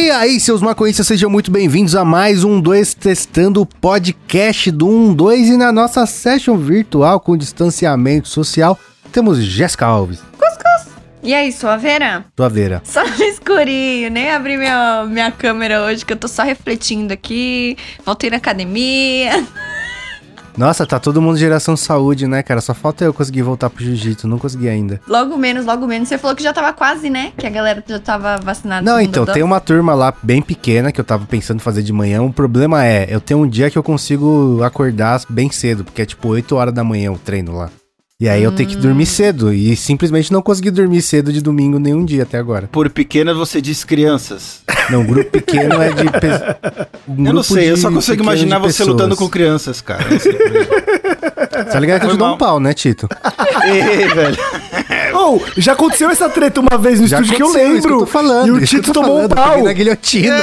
E aí, seus maconhistas, sejam muito bem-vindos a mais um 2 Testando o podcast do 12. E na nossa session virtual com distanciamento social, temos Jéssica Alves. E aí, sua Vera? Tua Vera. Só no escurinho, nem abri minha câmera hoje, que eu tô só refletindo aqui. Voltei na academia. Nossa, tá todo mundo geração saúde, né, cara? Só falta eu conseguir voltar pro jiu-jitsu, não consegui ainda. Logo menos. Você falou que já tava quase, né? Que a galera já tava vacinada. Não, então, tem uma turma lá bem pequena que eu tava pensando em fazer de manhã. O problema é, eu tenho um dia que eu consigo acordar bem cedo, porque é tipo 8 horas da manhã o treino lá. E aí eu tenho que dormir cedo, e simplesmente não consegui dormir cedo de domingo nenhum dia até agora. Por pequena você diz crianças. Não, grupo pequeno é de... Eu não sei, eu só consigo imaginar você lutando com crianças, cara. Tá ligado que eu te dou um pau, né, Tito? Ei, velho. Oh, já aconteceu essa treta uma vez no estúdio que eu lembro. Isso que eu tô falando, e o Tito tomou um pau. Na guilhotina.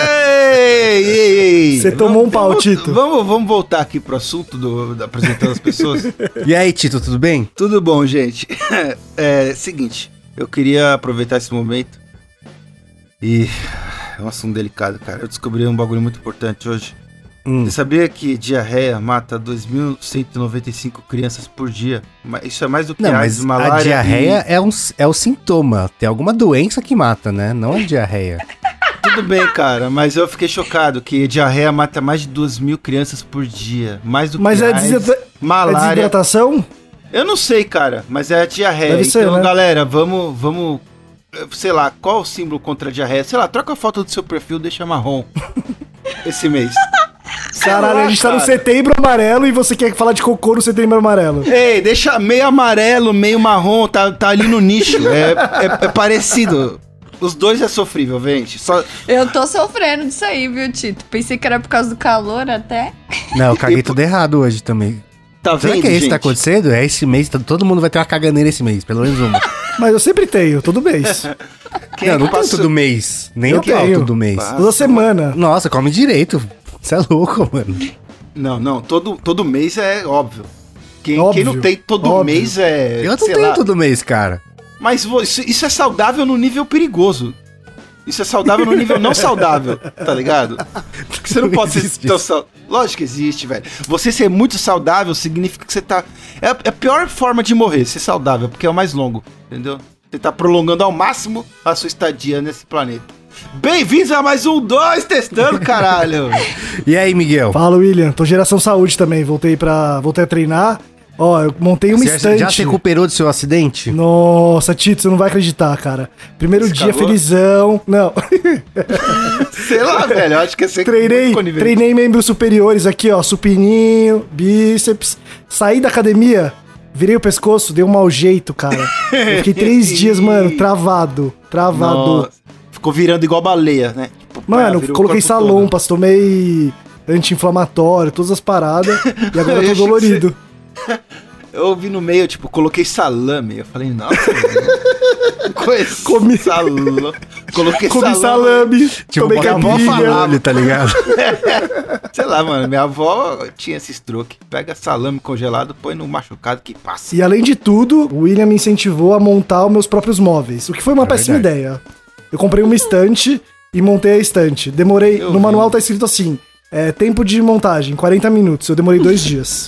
Ei. Você tomou um pau, Tito. Vamos voltar aqui pro assunto apresentando as pessoas. E aí, Tito, tudo bem? Tudo bom, gente. Seguinte, eu queria aproveitar esse momento e... É um assunto delicado, cara. Eu descobri um bagulho muito importante hoje. Você sabia que diarreia mata 2.195 crianças por dia? Isso é mais do que AIDS, malária... A diarreia é o sintoma. Tem alguma doença que mata, né? Não é diarreia. Tudo bem, cara, mas eu fiquei chocado que diarreia mata mais de 2.000 crianças por dia. Mais do que AIDS, malária... É desidratação? Eu não sei, cara, mas é a diarreia. Deve ser, então, né? Galera, vamos... Sei lá, qual o símbolo contra a diarreia? Sei lá, troca a foto do seu perfil, deixa marrom. Esse mês. Caralho, a gente tá no setembro amarelo e você quer falar de cocô no setembro amarelo. Ei, deixa meio amarelo, meio marrom, tá ali no nicho. É parecido. Os dois é sofrível, gente. Eu tô sofrendo disso aí, viu, Tito? Pensei que era por causa do calor até. Não, eu caguei tudo errado hoje também. Tá vendo, Será que é isso gente? que tá acontecendo? É esse mês, todo mundo vai ter uma caganeira esse mês, pelo menos uma. Mas eu sempre tenho, todo mês. Não tenho todo mês. Nem eu tenho todo mês. Toda semana. Nossa, come direito. Você é louco, mano. Não, todo mês é óbvio. Quem não tem todo óbvio. mês é... Eu não tenho todo mês, cara. Mas isso é saudável no nível perigoso. Isso é saudável no nível não saudável, tá ligado? Porque você não pode ser tão saudável. Lógico que existe, velho. Você ser muito saudável significa que você tá... É a pior forma de morrer, ser saudável, porque é o mais longo, entendeu? Você tá prolongando ao máximo a sua estadia nesse planeta. Bem-vindos a mais um 2 Testando, caralho! E aí, Miguel? Fala, William. Tô geração saúde também. Voltei a treinar. Ó, eu montei uma estante. Já se recuperou do seu acidente? Nossa, Tito, você não vai acreditar, cara. Primeiro dia, felizão. Não. Sei lá, velho, eu acho que é ser Treinei membros superiores aqui, ó, supininho, bíceps. Saí da academia, virei o pescoço, dei um mau jeito, cara. Eu fiquei 3 dias, mano, travado. Nossa. Ficou virando igual baleia, né? Tipo, mano, coloquei salompas, tomei anti-inflamatório, todas as paradas, e agora eu tô dolorido. Eu ouvi no meio, tipo, coloquei salame. Eu falei, nossa, Comi salame. Coloquei salame. Tipo, tomei minha avó falando, tá ligado? Sei lá, mano, minha avó tinha esse stroke. Pega salame congelado, põe no machucado que passa. E além de tudo, o William me incentivou a montar os meus próprios móveis, o que foi uma péssima ideia. Eu comprei uma estante e montei a estante. Demorei, no manual tá escrito assim, tempo de montagem, 40 minutos. Eu demorei 2 dias.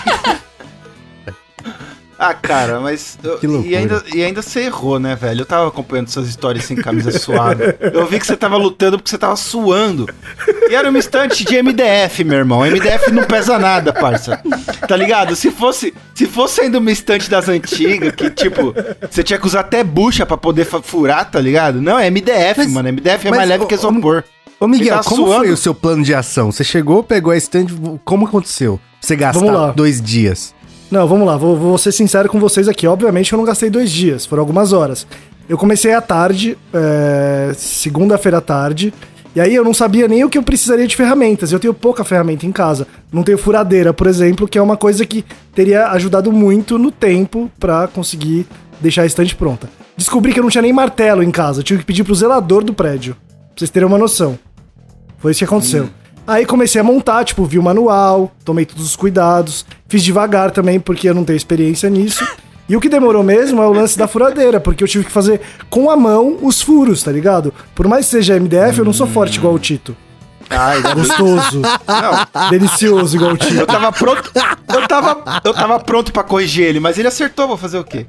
Ah, cara, mas... E ainda você errou, né, velho? Eu tava acompanhando suas histórias sem camisa suada. Eu vi que você tava lutando porque você tava suando. E era uma estante de MDF, meu irmão. MDF não pesa nada, parça. Tá ligado? Se fosse ainda uma estante das antigas, que, tipo, você tinha que usar até bucha pra poder furar, tá ligado? Não, é MDF, mano. MDF é mais leve que isopor. Ô, Miguel, como foi o seu plano de ação? Você chegou, pegou a estante, como aconteceu? Você gastar 2 dias? Não, vamos lá, vou ser sincero com vocês aqui. Obviamente eu não gastei 2 dias, foram algumas horas. Eu comecei à tarde, segunda-feira à tarde, e aí eu não sabia nem o que eu precisaria de ferramentas. Eu tenho pouca ferramenta em casa. Não tenho furadeira, por exemplo, que é uma coisa que teria ajudado muito no tempo pra conseguir deixar a estante pronta. Descobri que eu não tinha nem martelo em casa, eu tive que pedir pro zelador do prédio, pra vocês terem uma noção. Foi isso que aconteceu. Aí comecei a montar, tipo, vi o manual, tomei todos os cuidados, fiz devagar também, porque eu não tenho experiência nisso. E o que demorou mesmo é o lance da furadeira, porque eu tive que fazer com a mão os furos, tá ligado? Por mais que seja MDF, eu não sou forte igual o Tito. Ai, gostoso. Não. Delicioso igual o Tito. Eu tava pronto pra corrigir ele, mas ele acertou, vou fazer o quê?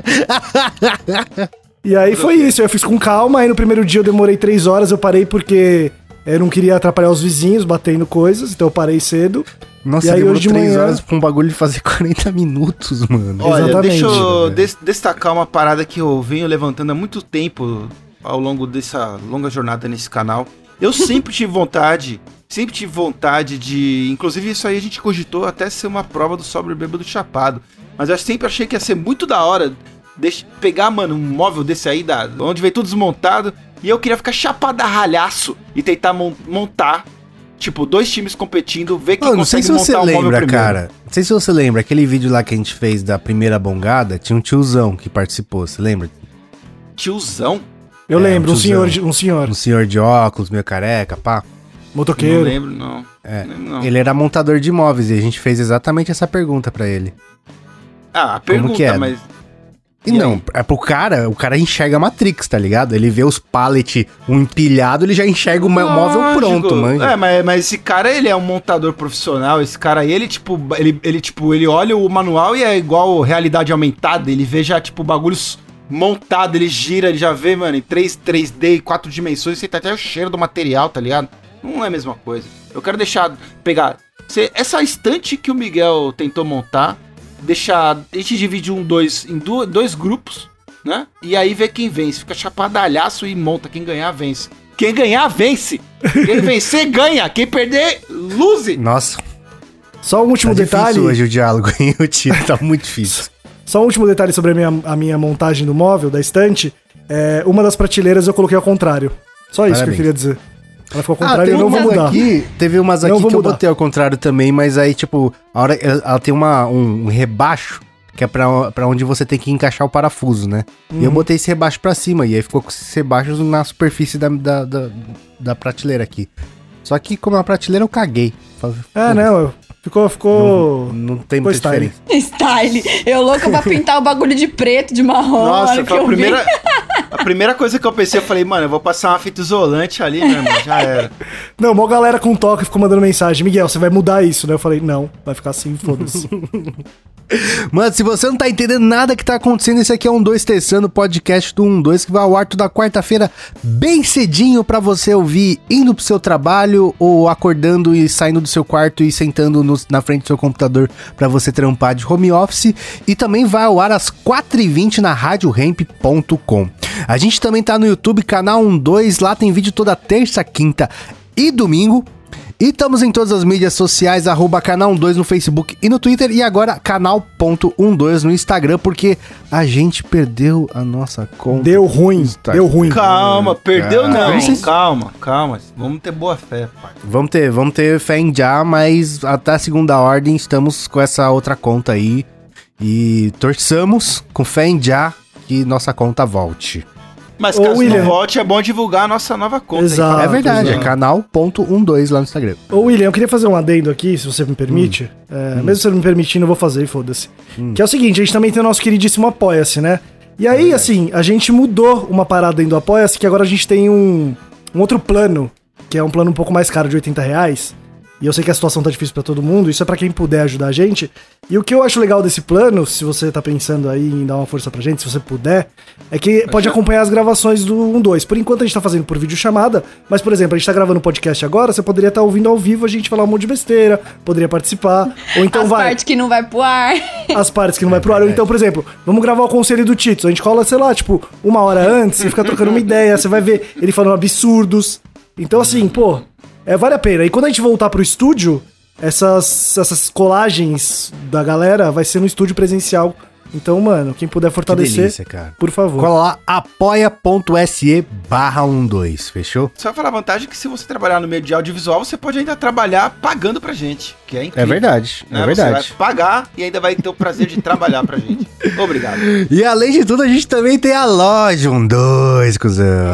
E aí foi isso, eu fiz com calma, aí no primeiro dia eu demorei 3 horas, eu parei porque eu não queria atrapalhar os vizinhos batendo coisas, então eu parei cedo. Nossa, e aí hoje de 3 horas pra um bagulho de fazer 40 minutos, mano. Olha, exatamente. Deixa eu destacar uma parada que eu venho levantando há muito tempo ao longo dessa longa jornada nesse canal. Eu sempre tive vontade de... Inclusive isso aí a gente cogitou até ser uma prova do Sobre Bêbado Chapado. Mas eu sempre achei que ia ser muito da hora pegar, mano, um móvel desse aí, onde veio tudo desmontado, e eu queria ficar chapada-ralhaço e tentar montar... Tipo, 2 times competindo, ver quem consegue montar um móvel primeiro. Cara, não sei se você lembra, aquele vídeo lá que a gente fez da primeira bongada, tinha um tiozão que participou, você lembra? Tiozão? Eu lembro, um senhor. Um senhor de óculos, meio careca, pá. Motoqueiro. Não lembro, não. Não. Ele era montador de imóveis e a gente fez exatamente essa pergunta pra ele. Ah, a pergunta, que é? Mas... E não, é pro cara, o cara enxerga a Matrix, tá ligado? Ele vê os pallets, um empilhado, ele já enxerga o móvel pronto, mano. Mas esse cara, ele é um montador profissional, esse cara aí, ele olha o manual e é igual realidade aumentada, ele vê já, tipo, bagulhos montados, ele gira, ele já vê, mano, em 3D, 4 dimensões, você tá até o cheiro do material, tá ligado? Não é a mesma coisa. Eu quero pegar essa estante que o Miguel tentou montar, a gente divide em dois grupos, né? E aí vê quem vence. Fica chapadalhaço e monta. Quem ganhar, vence. Quem ganhar, vence. Quem vencer, ganha. Quem perder, lose. Nossa. Só um último detalhe. Hoje o diálogo, hein? O tiro tá muito difícil. Só um último detalhe sobre a minha montagem do móvel, da estante. Uma das prateleiras eu coloquei ao contrário. Só isso que eu queria dizer. Ela ficou ao contrário e eu não vou mudar. Teve umas aqui que eu botei ao contrário também, mas aí, tipo, a hora ela tem um rebaixo, que é pra onde você tem que encaixar o parafuso, né? E eu botei esse rebaixo pra cima, e aí ficou com esses rebaixos na superfície da prateleira aqui. Só que, como é uma prateleira, eu caguei. Ficou... Não tem muita diferença. Style. Eu louca pra pintar o bagulho de preto, de marrom. Nossa, foi a primeira coisa que eu pensei, eu falei, mano, eu vou passar uma fita isolante ali, meu irmão, já era. Não, uma galera com toque ficou mandando mensagem, Miguel, você vai mudar isso, né? Eu falei, não, vai ficar assim, foda-se. Mano, se você não tá entendendo nada que tá acontecendo, esse aqui é um 2 Testando, podcast do 12, que vai ao ar toda quarta-feira, bem cedinho pra você ouvir, indo pro seu trabalho, ou acordando e saindo do seu quarto e sentando na frente do seu computador pra você trampar de home office, e também vai ao ar às 4h20 na radiohemp.com. A gente também tá no YouTube, canal 12, lá tem vídeo toda terça, quinta e domingo. E estamos em todas as mídias sociais, @canal12 no Facebook e no Twitter, e agora canal.12 no Instagram, porque a gente perdeu a nossa conta. Deu ruim. Calma, perdeu não. Calma. Vamos ter boa fé, pai. Vamos ter fé em Já, mas até a segunda ordem estamos com essa outra conta aí. E torçamos com fé em Já que nossa conta volte. Mas caso não volte, é bom divulgar a nossa nova conta. Exato, é verdade, é canal.12 lá no Instagram. Ô William, eu queria fazer um adendo aqui, se você me permite. Mesmo se você não me permitindo, eu vou fazer, foda-se. Que é o seguinte, a gente também tem o nosso queridíssimo Apoia-se, né? E aí, assim, a gente mudou uma parada dentro do Apoia-se, que agora a gente tem um outro plano, que é um plano um pouco mais caro de R$80. E eu sei que a situação tá difícil pra todo mundo, isso é pra quem puder ajudar a gente. E o que eu acho legal desse plano, se você tá pensando aí em dar uma força pra gente, se você puder, é que pode acompanhar as gravações do 12. Por enquanto a gente tá fazendo por videochamada, mas, por exemplo, a gente tá gravando o podcast agora, você poderia estar ouvindo ao vivo a gente falar um monte de besteira, poderia participar, ou então as partes que não vai pro ar. As partes que não vai pro ar. Ou então, por exemplo, vamos gravar o Conselho do Tito, a gente cola, sei lá, tipo, 1 hora antes e fica trocando uma ideia, você vai ver ele falando absurdos. Então, assim, pô... vale a pena. E quando a gente voltar pro estúdio, essas colagens da galera vai ser no estúdio presencial. Então, mano, quem puder fortalecer, que delícia, cara. Por favor. Cola lá, apoia.se/12, fechou? Só falar a vantagem que se você trabalhar no meio de audiovisual, você pode ainda trabalhar pagando pra gente, que é incrível. É verdade, né? É verdade. Você vai pagar e ainda vai ter o prazer de trabalhar pra gente. Obrigado. E além de tudo, a gente também tem a loja 12, cuzão.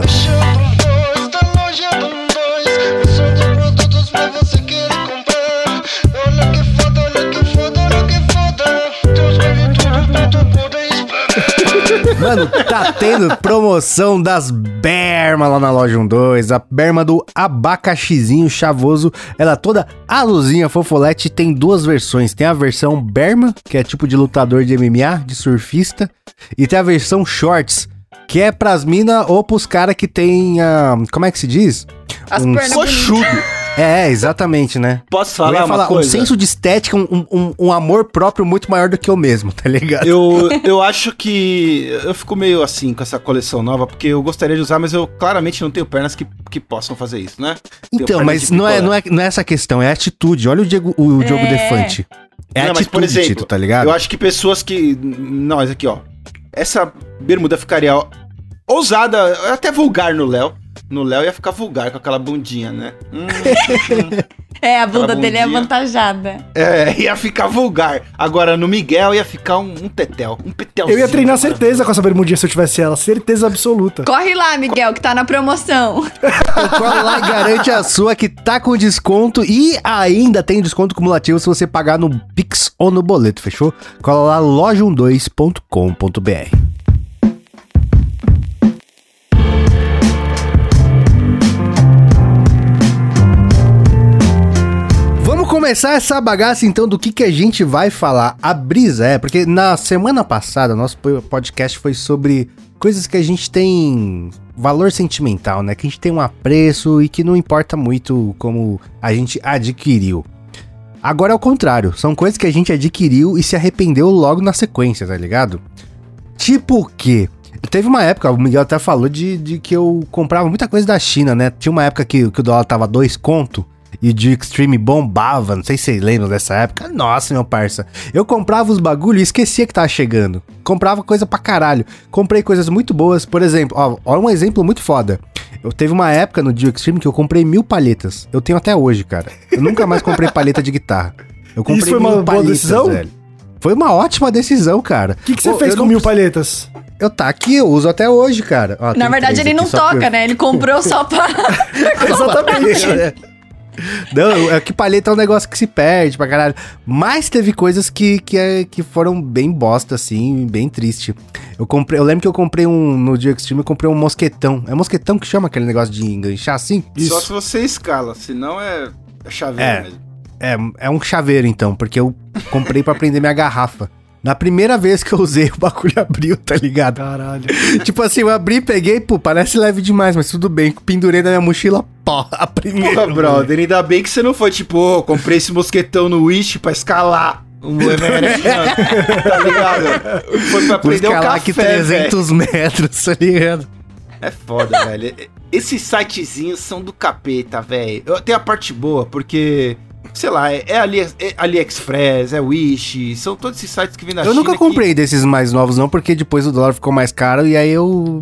Mano, tá tendo promoção das berma lá na loja 12. A berma do abacaxizinho chavoso. Ela é toda azulzinha, fofolete. Tem duas versões. Tem a versão berma, que é tipo de lutador de MMA, de surfista. E tem a versão shorts, que é pras minas ou pros caras que tem, como é que se diz? As pernas coxudo. É, exatamente, né? Posso falar uma coisa? Um senso de estética, um amor próprio muito maior do que eu mesmo, tá ligado? Eu acho que eu fico meio assim com essa coleção nova, porque eu gostaria de usar, mas eu claramente não tenho pernas que possam fazer isso, né? Então, mas não é essa questão, é a atitude. Olha o Diogo Defante. É não, atitude, mas, por exemplo, Tito, tá ligado? Eu acho que pessoas que... Nós aqui, ó. Essa bermuda ficaria ousada, até vulgar no Léo. No Léo ia ficar vulgar com aquela bundinha, né? É, a bunda dele é avantajada. É, ia ficar vulgar. Agora, no Miguel ia ficar um tetel, um petelzinho. Eu ia treinar certeza com essa bermudinha se eu tivesse ela, certeza absoluta. Corre lá, Miguel, que tá na promoção. Cola lá e garante a sua que tá com desconto e ainda tem desconto cumulativo se você pagar no Pix ou no boleto, fechou? Cola lá loja12.com.br. Começar essa bagaça então do que a gente vai falar. A brisa porque na semana passada nosso podcast foi sobre coisas que a gente tem valor sentimental, né? Que a gente tem um apreço e que não importa muito como a gente adquiriu. Agora é o contrário, são coisas que a gente adquiriu e se arrependeu logo na sequência, tá ligado? Tipo o quê? Teve uma época, o Miguel até falou de que eu comprava muita coisa da China, né? Tinha uma época que o dólar tava 2 conto. E o de Extreme bombava, não sei se vocês lembram dessa época. Nossa, meu parça. Eu comprava os bagulho e esquecia que tava chegando. Comprava coisa pra caralho. Comprei coisas muito boas, por exemplo, ó um exemplo muito foda. Eu teve uma época no Dio Extreme que eu comprei 1000 palhetas. Eu tenho até hoje, cara. Eu nunca mais comprei palheta de guitarra. Eu comprei Isso foi uma boa decisão? Velho. Foi uma ótima decisão, cara. O que você fez com 1000 palhetas? Tá aqui, eu uso até hoje, cara. Ó, na verdade, ele não toca, né? Ele comprou só pra... Exatamente. Não, é que palheta é um negócio que se perde pra caralho. Mas teve coisas que foram bem bosta, assim, bem triste. Eu lembro que eu comprei no Dio Extreme, eu comprei um mosquetão. É mosquetão que chama aquele negócio de enganchar assim? Isso. Só se você escala, senão é chaveiro mesmo. É um chaveiro então, porque eu comprei pra prender minha garrafa. Na primeira vez que eu usei, o bagulho abriu, tá ligado? Caralho. Tipo assim, eu abri, peguei, pô, parece leve demais, mas tudo bem. Pendurei na minha mochila, pó, a primeira. Porra, brother, ainda bem que você não foi tipo, comprei esse mosquetão no Wish pra escalar um Everest, tá ligado? Foi pra prender o café, aqui 300 metros, tá ligado? É foda, velho. Esses sitezinhos são do capeta, velho. Tem a parte boa, porque... Sei lá, é AliExpress, é Wish, são todos esses sites que vêm da China. Eu nunca comprei desses mais novos não, porque depois o dólar ficou mais caro e aí é um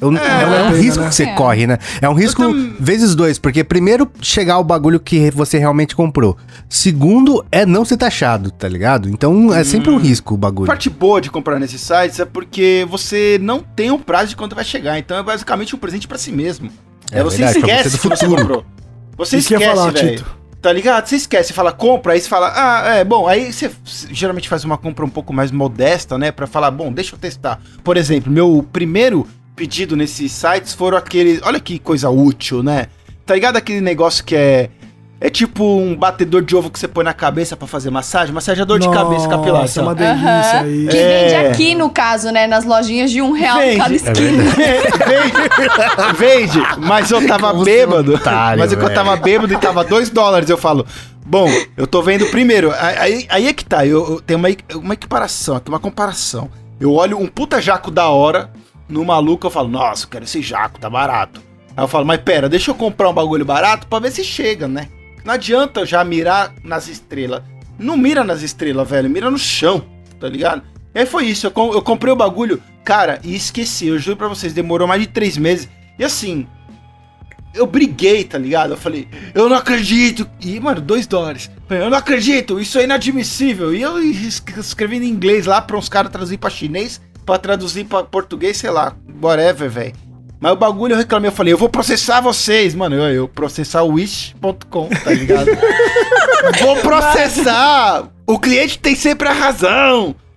risco que você corre, né? É um risco vezes 2, porque primeiro, chegar o bagulho que você realmente comprou. Segundo, é não ser taxado, tá ligado? Então, é sempre um risco o bagulho. A parte boa de comprar nesses sites é porque você não tem um prazo de quando vai chegar. Então, é basicamente um presente pra si mesmo. Você esquece que você comprou. Você esquece, velho. Tá ligado? Você esquece, você fala compra, aí você fala, bom, aí você geralmente faz uma compra um pouco mais modesta, né, pra falar, bom, deixa eu testar. Por exemplo, meu primeiro pedido nesses sites foram aqueles, olha que coisa útil, né, tá ligado aquele negócio que é tipo um batedor de ovo que você põe na cabeça pra fazer massageador de cabeça capilar. Nossa, é uma delícia aí. Que vende aqui, no caso, né, nas lojinhas de R$1 cada esquina. Vende, mas eu tava bêbado. Mas eu tava bêbado e tava $2. Eu falo, bom, eu tô vendo primeiro. Aí é que tá, eu tenho uma equiparação aqui, uma comparação. Eu olho um puta jaco da hora no maluco, eu falo, nossa, eu quero esse jaco, tá barato. Aí eu falo, mas pera, deixa eu comprar um bagulho barato pra ver se chega, né? Não adianta já mirar nas estrelas. Não mira nas estrelas, velho. Mira no chão, tá ligado? E aí foi isso. Eu comprei o bagulho, cara, e esqueci. Eu juro pra vocês, demorou mais de 3 meses. E assim, eu briguei, tá ligado? Eu falei, eu não acredito. E, mano, $2. Eu não acredito, isso é inadmissível. E eu escrevi em inglês lá pra uns caras traduzir pra chinês, pra traduzir pra português, sei lá. Whatever, velho. Mas o bagulho eu reclamei, eu falei, eu vou processar vocês, mano, eu processar o Wish.com, tá ligado? Vou processar, o cliente tem sempre a razão,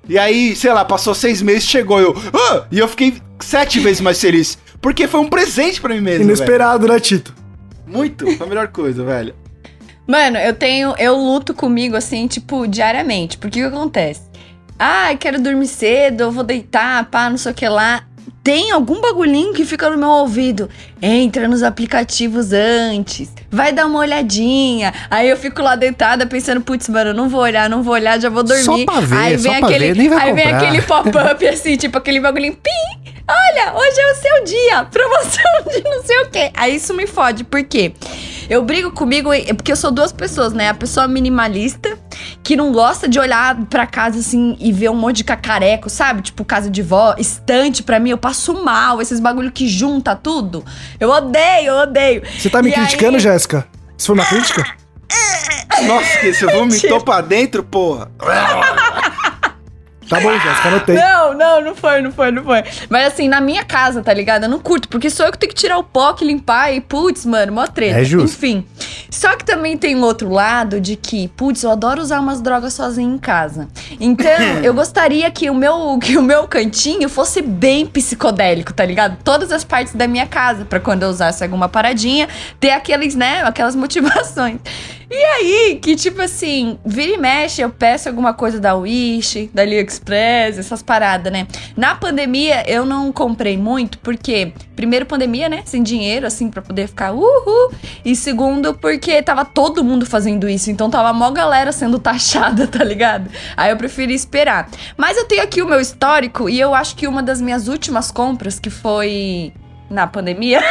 E aí, sei lá, passou 6 meses, chegou e eu fiquei 7 vezes mais feliz. Porque foi um presente pra mim mesmo, inesperado, né, Tito? Muito, foi a melhor coisa, velho. Mano, eu luto comigo, assim, tipo, diariamente. Porque o que acontece? Quero dormir cedo, eu vou deitar, pá, não sei o que lá. Tem algum bagulhinho que fica no meu ouvido. Entra nos aplicativos antes. Vai dar uma olhadinha. Aí eu fico lá deitada pensando, putz, mano, eu não vou olhar, já vou dormir. Só pra ver, aí vem vem aquele pop-up assim, tipo aquele bagulhinho, pim! Olha, hoje é o seu dia, promoção de não sei o quê. Aí isso me fode, por quê? Eu brigo comigo, porque eu sou 2 pessoas, né? A pessoa minimalista, que não gosta de olhar pra casa assim e ver um monte de cacareco, sabe? Tipo casa de vó, estante pra mim, eu passo mal, esses bagulho que junta tudo. Eu odeio. Você tá me criticando, Jéssica? Isso foi uma crítica? Nossa, que você vomitou pra dentro, porra. Tá bom, Jéssica, anotei. Não foi. Mas assim, na minha casa, tá ligado? Eu não curto, porque sou eu que tenho que tirar o pó, que limpar e, putz, mano, mó treta. É justo. Enfim. Só que também tem um outro lado de que, putz, eu adoro usar umas drogas sozinha em casa. Então, eu gostaria que o meu cantinho fosse bem psicodélico, tá ligado? Todas as partes da minha casa, pra quando eu usasse alguma paradinha, ter aquelas motivações. E aí, que tipo assim, vira e mexe, eu peço alguma coisa da Wish, da AliExpress, essas paradas, né? Na pandemia, eu não comprei muito, porque, primeiro, pandemia, né? Sem dinheiro, assim, pra poder ficar uhul. E segundo, porque tava todo mundo fazendo isso, então tava a maior galera sendo taxada, tá ligado? Aí eu preferi esperar. Mas eu tenho aqui o meu histórico, e eu acho que uma das minhas últimas compras, que foi na pandemia...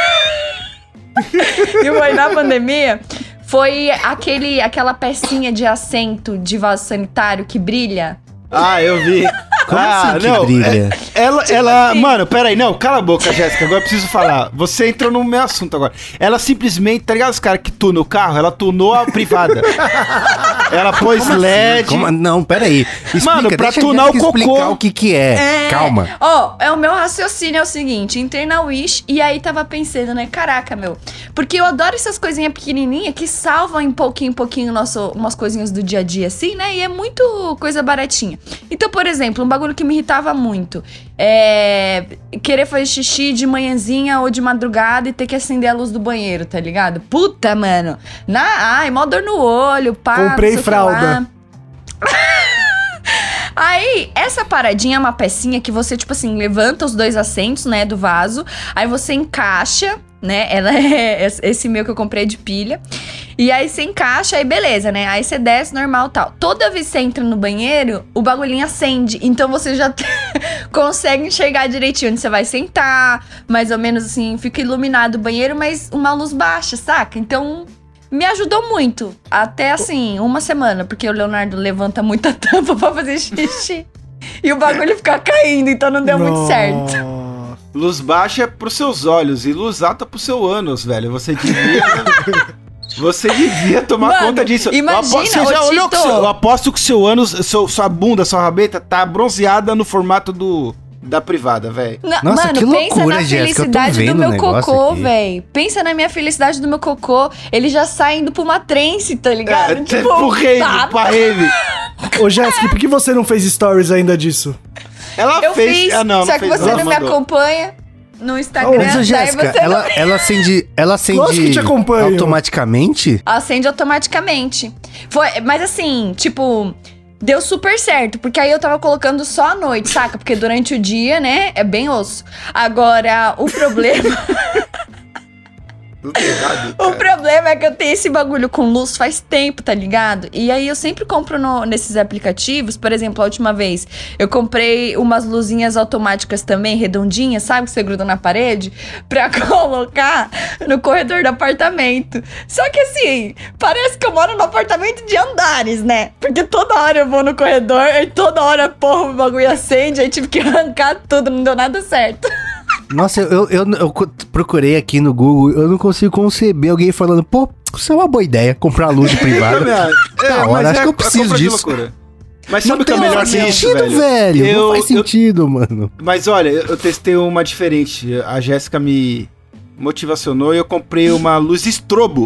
Foi aquela pecinha de assento de vaso sanitário que brilha. Eu vi. Como assim que brilha? Ela mano, peraí, não, cala a boca, Jéssica, agora eu preciso falar. Você entrou no meu assunto agora. Ela simplesmente, tá ligado os caras que tunam o carro? Ela tunou a privada. Ela pôs Como LED. Assim? Não, peraí. Explica, mano, pra tunar o cocô. Explicar o que é. Calma. O meu raciocínio é o seguinte, entrei na Wish e aí tava pensando, né, caraca, meu, porque eu adoro essas coisinhas pequenininhas que salvam em pouquinho umas coisinhas do dia a dia, assim, né, e é muito coisa baratinha. Então, por exemplo, um bagulho que me irritava muito é querer fazer xixi de manhãzinha ou de madrugada e ter que acender a luz do banheiro, tá ligado? Puta, mano. Mó dor no olho, pá. Comprei fralda. Aí, essa paradinha é uma pecinha que você, tipo assim, levanta os 2 assentos, né, do vaso. Aí você encaixa, né, ela é esse meu que eu comprei de pilha. E aí você encaixa, aí beleza, né? Aí você desce normal e tal. Toda vez que você entra no banheiro, o bagulhinho acende. Então você já consegue enxergar direitinho onde você vai sentar. Mais ou menos assim, fica iluminado o banheiro, mas uma luz baixa, saca? Então... me ajudou muito, até assim, 1 semana, porque o Leonardo levanta muita tampa pra fazer xixi e o bagulho fica caindo, então não deu muito certo. Luz baixa é pros seus olhos e luz alta pro seu ânus, velho. Você devia tomar conta disso. Imagina, você já olhou que eu aposto que seu ânus, sua bunda, sua rabeta tá bronzeada no formato da privada, velho. Nossa, mano, que loucura, pensa na felicidade do meu cocô, velho. Pensa na minha felicidade do meu cocô. Ele já sai indo pra uma trance, tá ligado? Pro rave. Ô, Jéssica, por que você não fez stories ainda disso? Eu fiz, só que você não me acompanha no Instagram. Mas, Jéssica, ela acende Lógico que te acompanho. automaticamente? Acende automaticamente. Mas assim, tipo... deu super certo, porque aí eu tava colocando só à noite, saca? Porque durante o dia, né, é bem osso. Agora, o problema... Tudo errado, o problema é que eu tenho esse bagulho com luz faz tempo, tá ligado? E aí eu sempre compro nesses aplicativos. Por exemplo, a última vez eu comprei umas luzinhas automáticas também, redondinhas, sabe? Que você gruda na parede, pra colocar no corredor do apartamento. Só que assim, parece que eu moro no apartamento de andares, né? Porque toda hora eu vou no corredor e toda hora, porra, o bagulho acende. Aí tive que arrancar tudo, não deu nada certo. Nossa, eu procurei aqui no Google, eu não consigo conceber alguém falando, pô, isso é uma boa ideia, comprar luz de privada. Acho que eu preciso disso. Mas sabe o que é melhor que isso, velho? Não faz sentido, mano. Mas olha, eu testei uma diferente. A Jéssica me motivacionou e eu comprei uma luz estrobo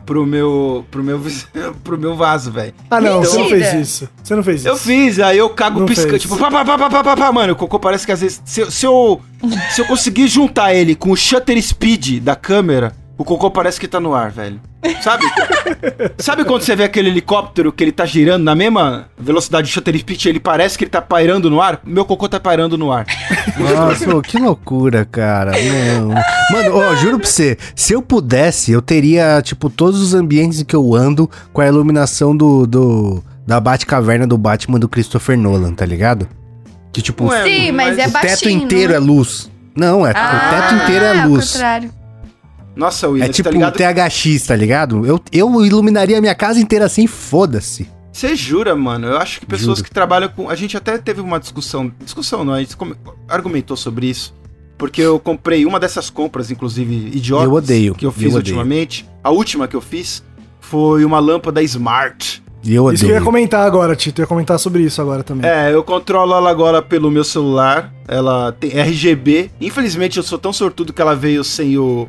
pro meu vaso, velho. Ah, não, Mentira. você não fez isso. Você não fez isso. Eu fiz, aí eu cago Não piscando, fez. tipo, pá. Mano, o cocô parece que às vezes, se eu conseguir juntar ele com o shutter speed da câmera, o cocô parece que tá no ar, velho. Sabe? Sabe quando você vê aquele helicóptero que ele tá girando na mesma velocidade de shutter speed, ele parece que ele tá pairando no ar? Meu cocô tá pairando no ar. Nossa, ô, que loucura, cara. Não. Mano, ó, juro pra você, se eu pudesse, eu teria, tipo, todos os ambientes em que eu ando com a iluminação da Batcaverna do Batman do Christopher Nolan, tá ligado? Que, tipo, Ué, Sim, mas é o teto baixinho. inteiro é luz. Não, o teto inteiro é ao luz. contrário. Nossa, William, É tipo tá ligado? THX, tá ligado? Eu iluminaria a minha casa inteira assim, foda-se. Você jura, mano? Eu acho que pessoas Juro. que trabalham com... A gente até teve uma discussão não, a gente argumentou sobre isso. Porque eu comprei uma dessas compras, inclusive, idiotas. Eu odeio, que eu fiz eu odeio. ultimamente. A última que eu fiz foi uma lâmpada Smart. E eu Isso que eu ia odeio. comentar agora, Tito. Eu ia comentar sobre isso agora também. É, eu controlo ela agora pelo meu celular. Ela tem RGB. Infelizmente, eu sou tão sortudo que ela veio sem o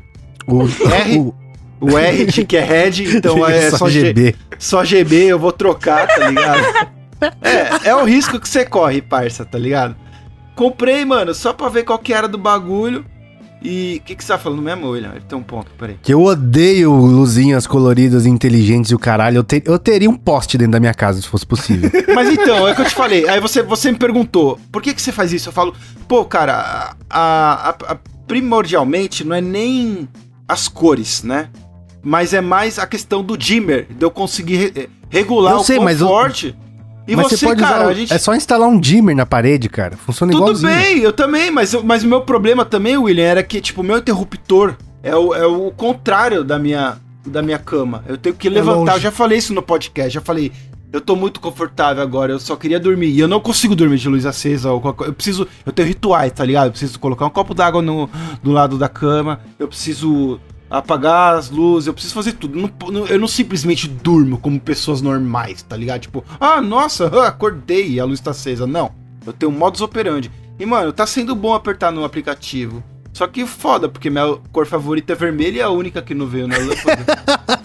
R de que é Red, então é só GB. Só GB, eu vou trocar, tá ligado? É o risco que você corre, parça, tá ligado? Comprei, mano, só pra ver qual que era do bagulho. E o que você tá falando mesmo, William? Tem um ponto, peraí. Que eu odeio luzinhas coloridas, inteligentes e o caralho. Eu teria um poste dentro da minha casa, se fosse possível. Mas então, é o que eu te falei. Aí você me perguntou, por que você faz isso? Eu falo, pô, cara, primordialmente não é nem as cores, né? Mas é mais a questão do dimmer, de eu conseguir regular Eu sei, o conforto. Mas você pode usar. É só instalar um dimmer na parede, cara. Funciona Tudo igualzinho. bem, eu também, mas o meu problema também, William, era que, tipo, o meu interruptor é o contrário da minha cama. Eu tenho que levantar, longe. eu já falei isso no podcast, já falei, eu tô muito confortável agora, eu só queria dormir, e eu não consigo dormir de luz acesa, eu tenho rituais, tá ligado? Eu preciso colocar um copo d'água do lado da cama, eu preciso apagar as luzes, eu preciso fazer tudo. Eu não simplesmente durmo como pessoas normais, tá ligado? Tipo, nossa, acordei e a luz tá acesa. Não, eu tenho um modus operandi. E, mano, tá sendo bom apertar no aplicativo. Só que foda, porque minha cor favorita é vermelha e é a única que não veio na lâmpada.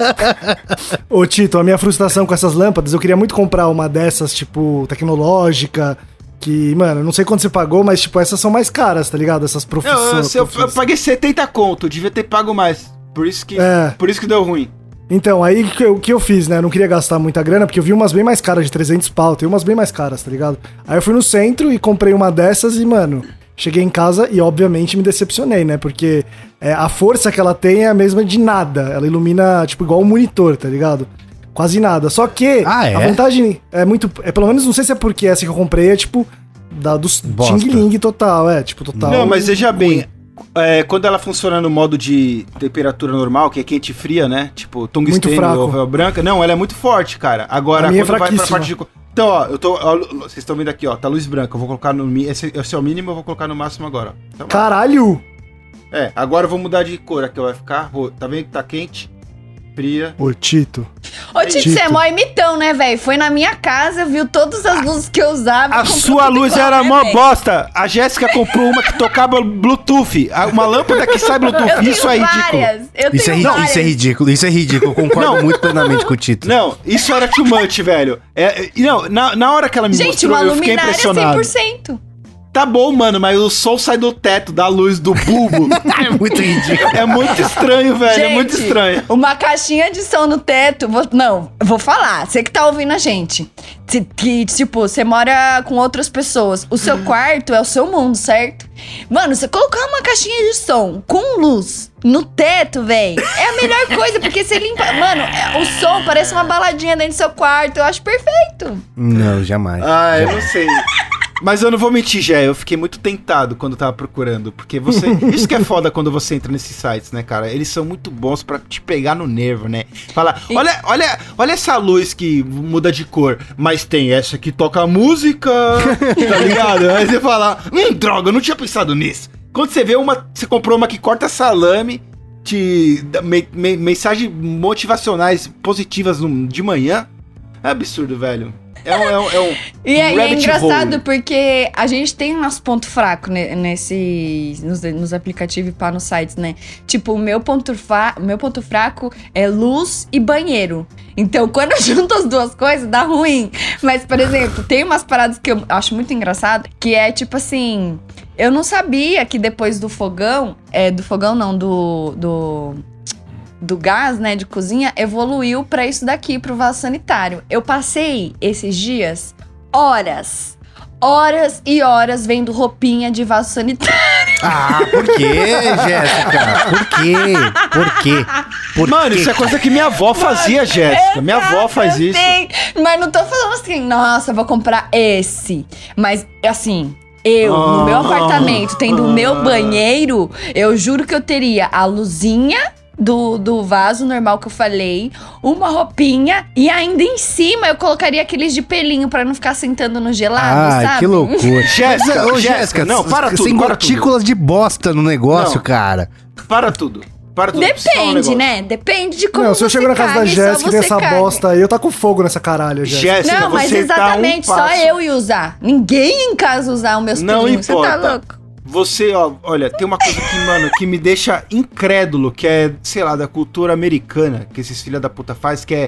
Ô, Tito, a minha frustração com essas lâmpadas, eu queria muito comprar uma dessas, tipo, tecnológica, que, mano, não sei quanto você pagou, mas, tipo, essas são mais caras, tá ligado? Essas profissões. Eu paguei 70 conto, eu devia ter pago mais. Por isso que deu ruim. Então, aí o que eu fiz, né? Eu não queria gastar muita grana, porque eu vi umas bem mais caras, de 300 pau, tem umas bem mais caras, tá ligado? Aí eu fui no centro e comprei uma dessas e, mano, cheguei em casa e, obviamente, me decepcionei, né? Porque a força que ela tem é a mesma de nada. Ela ilumina, tipo, igual um monitor, tá ligado? Quase nada. Só que a vantagem é muito... pelo menos, não sei se é porque essa que eu comprei é, tipo, do Ting Ling total, tipo, total. Não, mas veja bem... quando ela funciona no modo de temperatura normal, que é quente e fria, né? Tipo, tungstênio ou véu branca. Não, ela é muito forte, cara. Agora, quando vai pra parte de... Então, ó, vocês estão vendo aqui, ó, tá luz branca. Eu vou colocar no... Esse é o mínimo, eu vou colocar no máximo agora, ó. Então, caralho! Agora eu vou mudar de cor aqui, vai ficar... Tá vendo que tá quente? Fria. Ô, Tito. Ô, Tito, você é mó imitão, né, velho? Foi na minha casa, viu todas as luzes que eu usava. A sua luz igual, era né, mó véio? bosta. A Jéssica comprou uma que tocava Bluetooth. Uma lâmpada que sai Bluetooth. Isso é ridículo. Isso é ridículo. Isso é ridículo. Eu concordo muito plenamente com o Tito. Não, isso era too much, velho. Não, na hora que ela me mostrou, eu fiquei impressionado. 100%. Tá bom, mano, mas o sol sai do teto, da luz do bulbo. É muito ridículo. É muito estranho, velho. Gente, é muito estranho. Uma caixinha de som no teto. Vou falar. Você que tá ouvindo a gente. Que, tipo, você mora com outras pessoas. O seu quarto é o seu mundo, certo? Mano, você colocar uma caixinha de som com luz no teto, velho, é a melhor coisa, porque você limpa. Mano, o som parece uma baladinha dentro do seu quarto. Eu acho perfeito. Não, jamais. Eu não sei. Mas eu não vou mentir, Jé, eu fiquei muito tentado quando eu tava procurando, porque isso que é foda quando você entra nesses sites, né, cara? Eles são muito bons pra te pegar no nervo, né? Falar, olha essa luz que muda de cor, mas tem essa que toca música, tá ligado? Aí você fala, droga, eu não tinha pensado nisso. Quando você vê você comprou uma que corta salame, mensagens motivacionais positivas de manhã, é absurdo, velho. E é engraçado porque a gente tem nosso ponto fraco nos aplicativos e pá, nos sites, né? Tipo, o meu ponto fraco é luz e banheiro. Então, quando eu junto as duas coisas, dá ruim. Mas, por exemplo, tem umas paradas que eu acho muito engraçado, que é tipo assim... Eu não sabia que depois do fogão... do gás, né, de cozinha, evoluiu pra isso daqui, pro vaso sanitário. Eu passei esses dias horas e horas vendo roupinha de vaso sanitário. Ah, por quê, Jéssica? Por quê? Mano, isso é coisa que minha avó fazia, Jéssica. Minha avó faz isso. Sei, mas não tô falando assim, nossa, vou comprar esse. Mas, assim... no meu apartamento, tendo o meu banheiro, eu juro que eu teria a luzinha do vaso normal que eu falei, uma roupinha e ainda em cima eu colocaria aqueles de pelinho pra não ficar sentando no gelado, sabe? Que loucura. Jéssica, não, para tudo. Sem gotículas de bosta no negócio, cara. Para tudo. Depende, né? Depende de como. Não, se eu chego na casa da Jéssica e tem essa bosta aí, eu taco fogo nessa caralho, Jéssica. Não, mas exatamente, só eu ia usar. Ninguém em casa usar os meus pelinhos. Você tá louco? Você, olha, tem uma coisa que, mano, que me deixa incrédulo, que é, sei lá, da cultura americana, que esses filha da puta faz, que é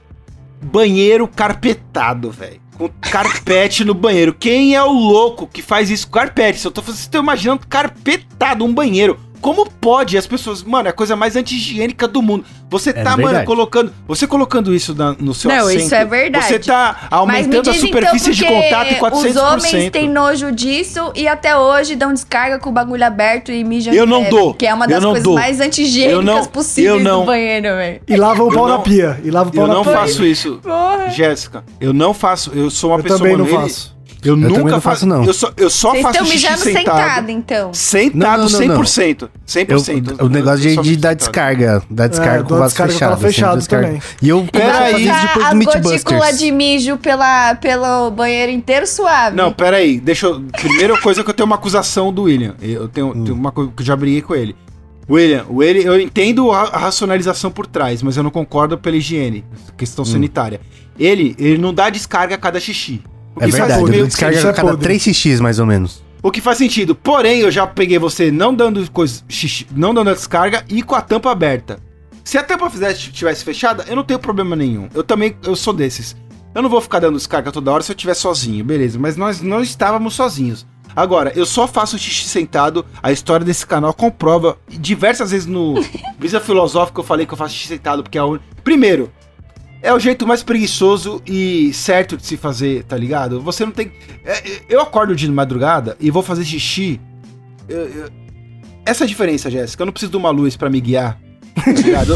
banheiro carpetado, velho. Com carpete no banheiro. Quem é o louco que faz isso com carpete? Vocês estão imaginando carpetado um banheiro. Como pode as pessoas... Mano, é a coisa mais anti-higiênica do mundo. Você tá, mano, colocando isso no seu assento. Não, isso é verdade. Você tá aumentando a superfície de contato em 400%. Os homens têm nojo disso e até hoje dão descarga com o bagulho aberto e mijam. Eu não dou. Que é uma das coisas mais anti-higiênicas possíveis do banheiro, velho. E lava o pau na pia. Eu não faço isso, Jéssica. Eu não faço. Eu sou uma pessoa... Eu também não faço. Eu nunca não faço, não. Eu só faço xixi sentado, então. Sentado, 100%. 100%. O negócio de dar descarga. Dar descarga com o vaso fechado. Também. E eu peraí, depois do Meatbusters. As gotículas de mijo pelo banheiro inteiro suave. Não, peraí. Primeira coisa que eu tenho uma acusação do William. Eu tenho uma coisa que eu já briguei com ele. William, eu entendo a racionalização por trás, mas eu não concordo pela higiene, questão sanitária. Ele não dá descarga a cada xixi. É verdade, eu descarga a cada 3 xixis, mais ou menos. O que faz sentido. Porém, eu já peguei você não dando xixi, não dando a descarga e com a tampa aberta. Se a tampa tivesse fechada, eu não tenho problema nenhum. Eu sou desses. Eu não vou ficar dando descarga toda hora se eu estiver sozinho, beleza. Mas nós não estávamos sozinhos. Agora, eu só faço xixi sentado. A história desse canal comprova. Diversas vezes no Brisa Filosófica eu falei que eu faço xixi sentado, porque é o... Primeiro... É o jeito mais preguiçoso e certo de se fazer, tá ligado? Você não tem... Eu acordo de madrugada e vou fazer xixi. Essa é a diferença, Jéssica. Eu não preciso de uma luz pra me guiar, tá ligado?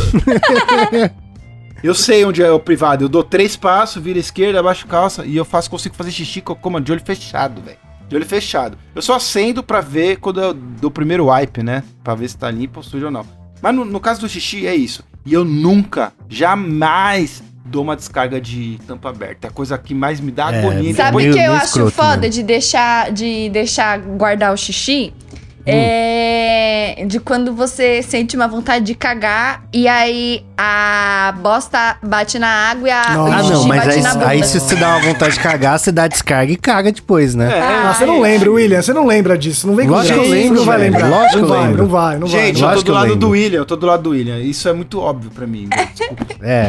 Eu sei onde é o privado. Eu dou 3 passos, viro à esquerda, abaixo calça e eu consigo fazer xixi como de olho fechado, velho. De olho fechado. Eu só acendo pra ver quando eu dou o primeiro wipe, né? Pra ver se tá limpo ou sujo ou não. Mas no caso do xixi é isso. E eu jamais... dou uma descarga de tampa aberta. É a coisa que mais me dá agonia. Sabe o que eu acho foda de deixar guardar o xixi? De quando você sente uma vontade de cagar e aí a bosta bate na água e o xixi bate na bunda. Aí se você dá uma vontade de cagar, você dá descarga e caga depois, né? Você não lembra, William, você não lembra disso. Não vem com lógico que eu lembro, não vai lembrar. Lógico que eu lembro. Não vai. Gente, eu tô do lado do William, eu tô do lado do William. Isso é muito óbvio pra mim. Desculpa.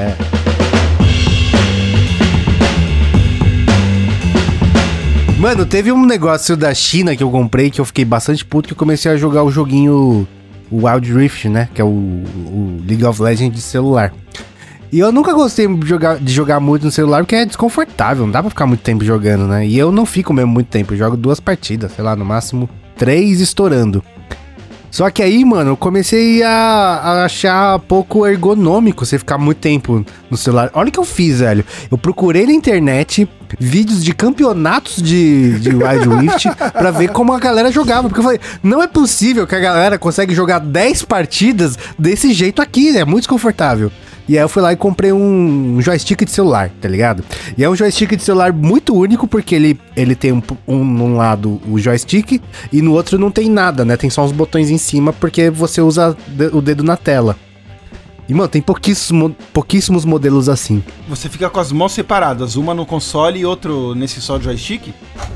Mano, teve um negócio da China que eu comprei que eu fiquei bastante puto, que eu comecei a jogar o joguinho, o Wild Rift, né? Que é o League of Legends de celular. E eu nunca gostei de jogar muito no celular porque é desconfortável, não dá pra ficar muito tempo jogando, né? E eu não fico mesmo muito tempo, eu jogo 2 partidas, sei lá, no máximo 3 estourando. Só que aí, mano, eu comecei a achar pouco ergonômico você ficar muito tempo no celular. Olha o que eu fiz, velho. Eu procurei na internet vídeos de campeonatos de Wild Rift pra ver como a galera jogava. Porque eu falei, não é possível que a galera consegue jogar 10 partidas desse jeito aqui, né? É muito desconfortável. E aí eu fui lá e comprei um joystick de celular, tá ligado? E é um joystick de celular muito único, porque ele tem num lado o joystick e no outro não tem nada, né? Tem só uns botões em cima, porque você usa o dedo na tela. E, mano, tem pouquíssimos modelos assim. Você fica com as mãos separadas, uma no console e outro nesse só joystick?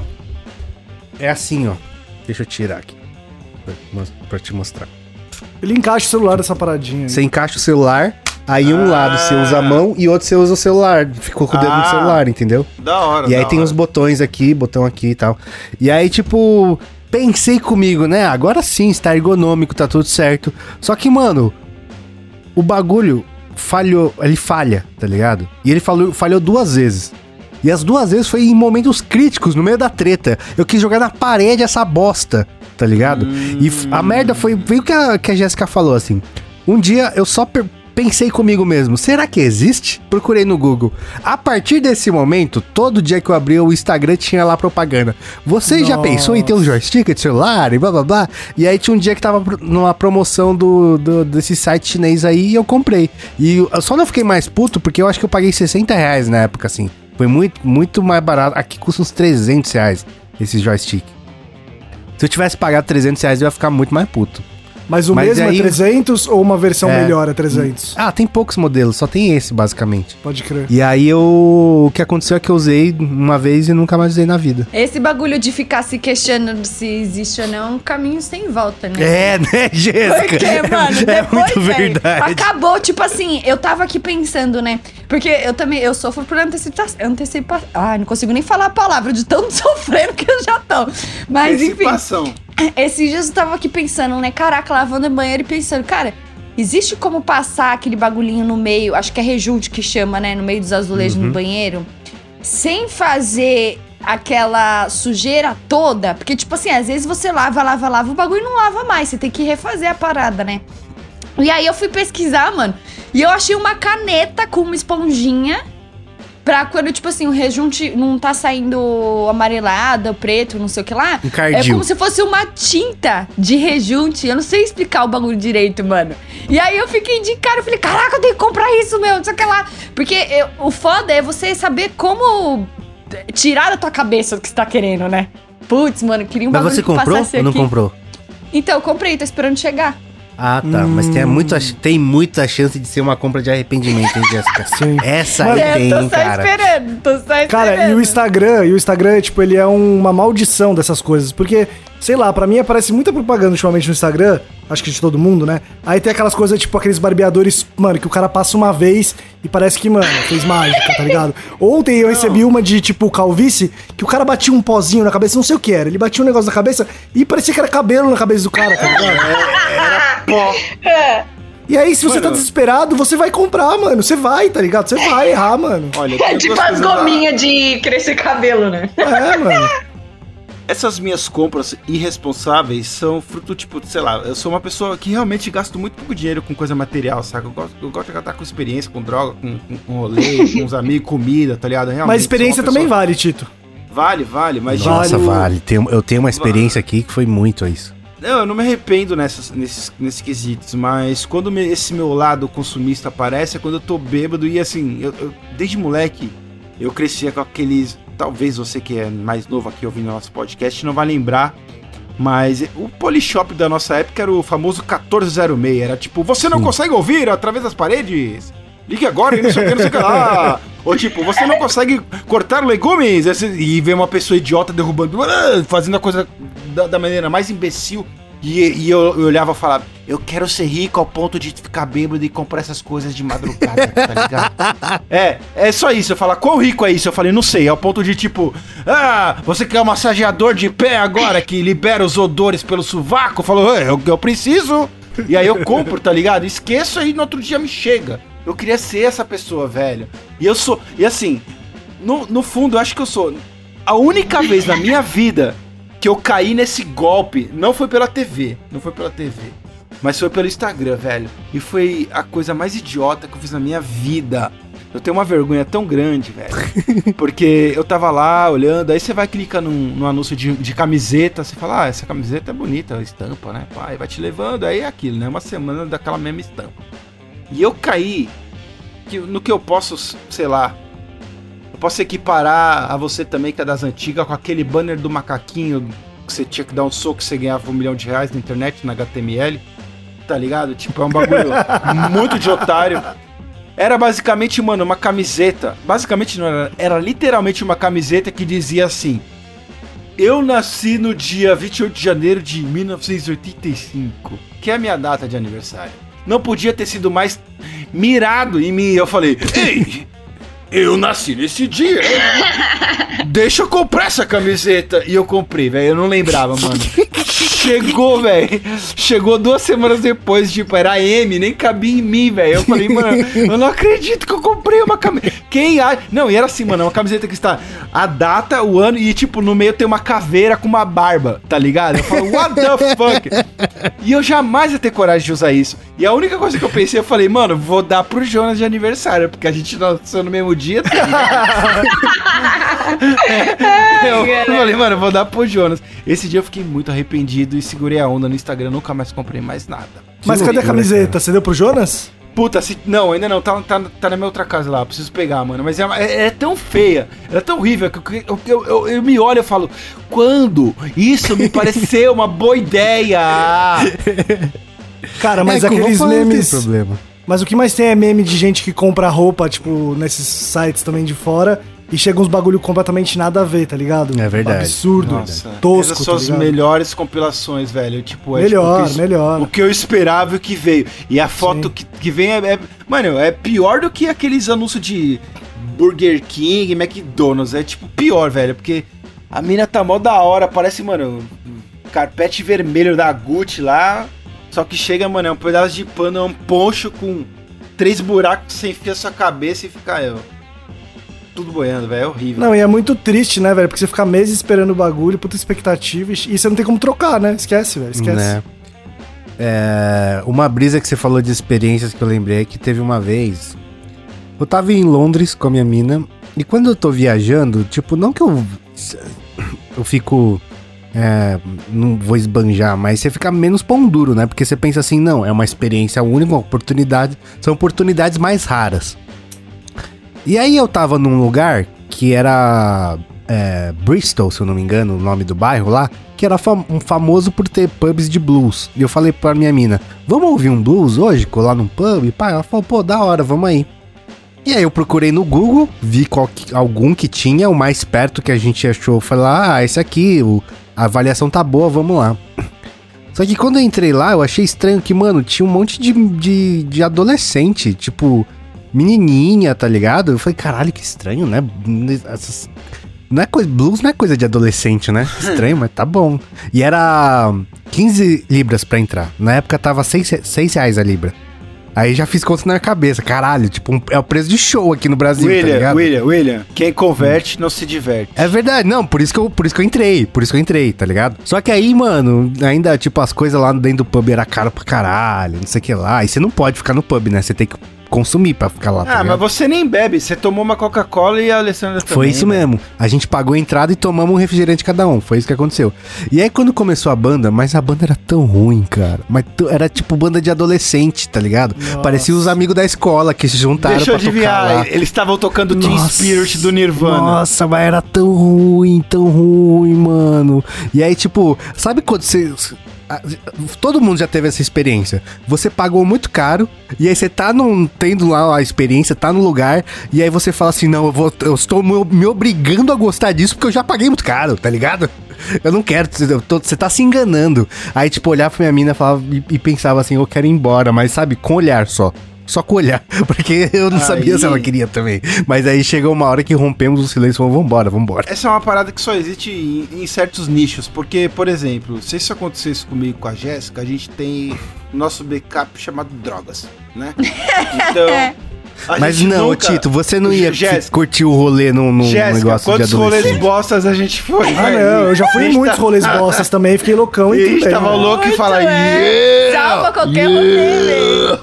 É assim, ó. Deixa eu tirar aqui. Pra te mostrar. Ele encaixa o celular nessa paradinha aí. Você encaixa o celular, aí um lado você usa a mão e outro você usa o celular. Ficou com o dedo no celular, entendeu? Da hora, E aí tem os botões aqui, botão aqui e tal. E aí, tipo, pensei comigo, né? Agora sim, está ergonômico, tá tudo certo. Só que, mano, o bagulho falhou, ele falha, tá ligado? E ele falhou 2 vezes. E as 2 vezes foi em momentos críticos, no meio da treta. Eu quis jogar na parede essa bosta, tá ligado? E a merda foi o que a Jéssica falou, assim. Um dia eu só pensei comigo mesmo, será que existe? Procurei no Google. A partir desse momento, todo dia que eu abri o Instagram tinha lá propaganda. Você já pensou em ter um joystick de celular e blá blá blá? E aí tinha um dia que tava numa promoção desse site chinês aí e eu comprei. E eu só não fiquei mais puto porque eu acho que eu paguei R$60 na época, assim. Foi muito, muito mais barato. Aqui custa uns R$300 esse joystick. Se eu tivesse pagado R$300, eu ia ficar muito mais puto. Mas mesmo aí, é 300 ou uma versão melhor é 300? Ah, tem poucos modelos, só tem esse, basicamente. Pode crer. E aí o que aconteceu é que eu usei uma vez e nunca mais usei na vida. Esse bagulho de ficar se questionando se existe ou não é um caminho sem volta, né? É, né, Jéssica? Porque, mano, depois, muito verdade. Acabou, tipo assim, eu tava aqui pensando, né? Porque eu sofro por antecipação. Não consigo nem falar a palavra de tanto sofrendo que eu já tô. Mas, enfim. Esses dias eu tava aqui pensando, né? Caraca, lavando o banheiro e pensando, cara, existe como passar aquele bagulhinho no meio, acho que é rejunte que chama, né? No meio dos azulejos no banheiro, sem fazer aquela sujeira toda? Porque, tipo assim, às vezes você lava, o bagulho não lava mais, você tem que refazer a parada, né? E aí eu fui pesquisar, mano, e eu achei uma caneta com uma esponjinha pra quando, tipo assim, o rejunte não tá saindo amarelado, preto, não sei o que lá. Encardil. É como se fosse uma tinta de rejunte. Eu não sei explicar o bagulho direito, mano. E aí eu fiquei de cara, eu falei, caraca, eu tenho que comprar isso, meu, não sei o que lá. Porque o foda é você saber como tirar da tua cabeça o que você tá querendo, né? Putz, mano, queria um bagulho que passasse aqui. Mas você comprou ou não comprou? Então, eu comprei, tô esperando chegar. Ah, tá. Mas tem muita chance de ser uma compra de arrependimento, hein, Jéssica? Sim. Essa aí tem, hein, cara. Tô só esperando. Cara, e o Instagram, tipo, ele é uma maldição dessas coisas. Porque, sei lá, pra mim aparece muita propaganda ultimamente no Instagram, acho que de todo mundo, né? Aí tem aquelas coisas, tipo, aqueles barbeadores, mano, que o cara passa uma vez e parece que, mano, fez mágica, tá ligado? Ontem eu recebi uma de, tipo, calvície, que o cara batia um pozinho na cabeça, não sei o que era. Ele batia um negócio na cabeça e parecia que era cabelo na cabeça do cara, tá ligado? Era pó. E aí, se você tá desesperado, você vai comprar, mano. Você vai, tá ligado? Você vai errar, mano. Olha, é tipo as gominhas de crescer cabelo, né? É, mano. Essas minhas compras irresponsáveis são fruto, tipo, sei lá, eu sou uma pessoa que realmente gasto muito pouco dinheiro com coisa material, saca? Eu gosto de gastar com experiência, com droga, com rolê, com os amigos, comida, tá ligado? Realmente, mas experiência também vale, Tito. Vale, mas... Nossa, vale. Eu tenho uma experiência aqui que foi muito isso. Não, eu não me arrependo nesses quesitos, mas quando esse meu lado consumista aparece é quando eu tô bêbado e assim, eu desde moleque, eu crescia com aqueles... Talvez você que é mais novo aqui ouvindo nosso podcast não vai lembrar, mas o Polishop da nossa época era o famoso 1406, era tipo, você não consegue ouvir através das paredes? Ligue agora e não sei o que, não sei o que lá. Ou tipo, você não consegue cortar legumes? E vem uma pessoa idiota derrubando, fazendo a coisa da maneira mais imbecil. E eu olhava e falava, eu quero ser rico ao ponto de ficar bêbado e comprar essas coisas de madrugada, tá ligado? É só isso. Eu falo, quão rico é isso? Eu falei, não sei, ao ponto de tipo, você quer um massageador de pé agora que libera os odores pelo sovaco? Falou, eu preciso. E aí eu compro, tá ligado? Esqueço aí no outro dia me chega. Eu queria ser essa pessoa, velho. E assim, no fundo, eu acho que eu sou a única vez na minha vida que eu caí nesse golpe. Não foi pela TV, mas foi pelo Instagram, velho. E foi a coisa mais idiota que eu fiz na minha vida. Eu tenho uma vergonha tão grande, velho. Porque eu tava lá olhando, aí você vai clicar num anúncio de camiseta, você fala, essa camiseta é bonita, a estampa, né? Aí vai te levando, aí é aquilo, né? Uma semana daquela mesma estampa. E eu caí no que eu posso, sei lá, eu posso equiparar a você também, que é das antigas, com aquele banner do macaquinho que você tinha que dar um soco e você ganhava R$1 milhão na internet, na HTML. tá ligado? Tipo, é um bagulho muito de otário. Era basicamente, mano, uma camiseta. Basicamente não era literalmente uma camiseta que dizia assim: eu nasci no dia 28 de janeiro de 1985, que é a minha data de aniversário. Não podia ter sido mais mirado em mim. Eu falei: ei, eu nasci nesse dia. Deixa eu comprar essa camiseta. E eu comprei, velho. Eu não lembrava, mano. Chegou, velho. Chegou 2 semanas depois, tipo, era M, nem cabia em mim, velho. Eu falei, mano, eu não acredito que eu comprei uma camiseta. Quem acha? Não, e era assim, mano, uma camiseta que está a data, o ano, e tipo, no meio tem uma caveira com uma barba, tá ligado? Eu falo, what the fuck? E eu jamais ia ter coragem de usar isso. E a única coisa que eu pensei, eu falei, mano, vou dar pro Jonas de aniversário, porque a gente nasceu no mesmo dia, tá ligado? Eu falei, mano, eu vou dar pro Jonas. Esse dia eu fiquei muito arrependido e segurei a onda no Instagram, nunca mais comprei mais nada. Mas cadê a camiseta? Você deu pro Jonas? Puta, não, ainda não, tá na minha outra casa lá, preciso pegar, mano. Mas é tão feia, ela é tão horrível que eu me olho e falo, quando isso me pareceu uma boa ideia? Cara, mas aqueles memes... Não tem problema. Mas o que mais tem é meme de gente que compra roupa, tipo, nesses sites também de fora, e chega uns bagulho completamente nada a ver, tá ligado? É verdade. Absurdo, nossa, tosco. Essas são as melhores compilações, velho. Tipo, melhor. O que eu esperava e o que veio. E a foto que vem mano, é pior do que aqueles anúncios de Burger King, McDonald's. É tipo pior, velho. Porque a mina tá mó da hora. Parece, mano, carpete vermelho da Gucci lá. Só que chega, mano, é um pedaço de pano, é um poncho com 3 buracos, você enfia a sua cabeça e fica tudo boiando, velho, é horrível. Não, e é muito triste, né, velho, porque você fica meses esperando o bagulho, puta expectativa, e você não tem como trocar, né, esquece, velho, esquece. Né? Uma brisa que você falou de experiências que eu lembrei é que teve uma vez, eu tava em Londres com a minha mina, e quando eu tô viajando, tipo, não que eu fico... não vou esbanjar, mas você fica menos pão duro, né? Porque você pensa assim, não, é uma experiência única, uma oportunidade, são oportunidades mais raras. E aí eu tava num lugar que era Bristol, se eu não me engano, o nome do bairro lá, que era famoso por ter pubs de blues. E eu falei pra minha mina, vamos ouvir um blues hoje? Colar num pub? E pá, ela falou, pô, da hora, vamos aí. E aí eu procurei no Google, vi algum que tinha, o mais perto que a gente achou, falei, esse aqui, a avaliação tá boa, vamos lá. Só que quando eu entrei lá, eu achei estranho que, mano, tinha um monte de adolescente, tipo, menininha, tá ligado? Eu falei, caralho, que estranho, né? Blues não é coisa de adolescente, né? Estranho, mas tá bom. E era 15 libras pra entrar. Na época tava 6 reais a libra. Aí já fiz conta na cabeça, caralho, tipo, é o preço de show aqui no Brasil, tá ligado? William, quem converte não se diverte. É verdade, não, por isso que eu entrei, tá ligado? Só que aí, mano, ainda, tipo, as coisas lá dentro do pub era caro pra caralho, não sei o que lá, e você não pode ficar no pub, né, você tem que consumir pra ficar lá, tá ligado? Mas você nem bebe, você tomou uma Coca-Cola e a Alessandra também. Foi isso mesmo, a gente pagou a entrada e tomamos um refrigerante cada um, foi isso que aconteceu. E aí quando começou a banda, mas a banda era tão ruim, cara, mas era tipo banda de adolescente, tá ligado? Nossa. Parecia os amigos da escola que se juntaram pra tocar lá. Deixa eu adivinhar, eles estavam tocando Teen Spirit do Nirvana. Nossa, mas era tão ruim, mano. E aí tipo, sabe quando você... Todo mundo já teve essa experiência. Você pagou muito caro e aí você tá tendo lá a experiência, tá no lugar e aí você fala assim, não, eu estou me obrigando a gostar disso porque eu já paguei muito caro, tá ligado? Eu não quero, você tá se enganando. Aí tipo, olhar pra minha mina e pensava assim, eu quero ir embora, mas sabe, com olhar só com olhar, porque eu não sabia se ela queria também. Mas aí chegou uma hora que rompemos o silêncio e falamos, vambora. Essa é uma parada que só existe em certos nichos, porque, por exemplo, se isso acontecesse comigo com a Jéssica, a gente tem nosso backup chamado drogas, né? Então... Mas não, nunca... Tito, você não ia curtir o rolê num Jéssica, negócio de adolescente. quantos rolês bostas a gente foi? Não, eu já fui em muitos rolês bostas também, fiquei loucão e tudo bem. A gente tava louco e fala, salva qualquer rolê.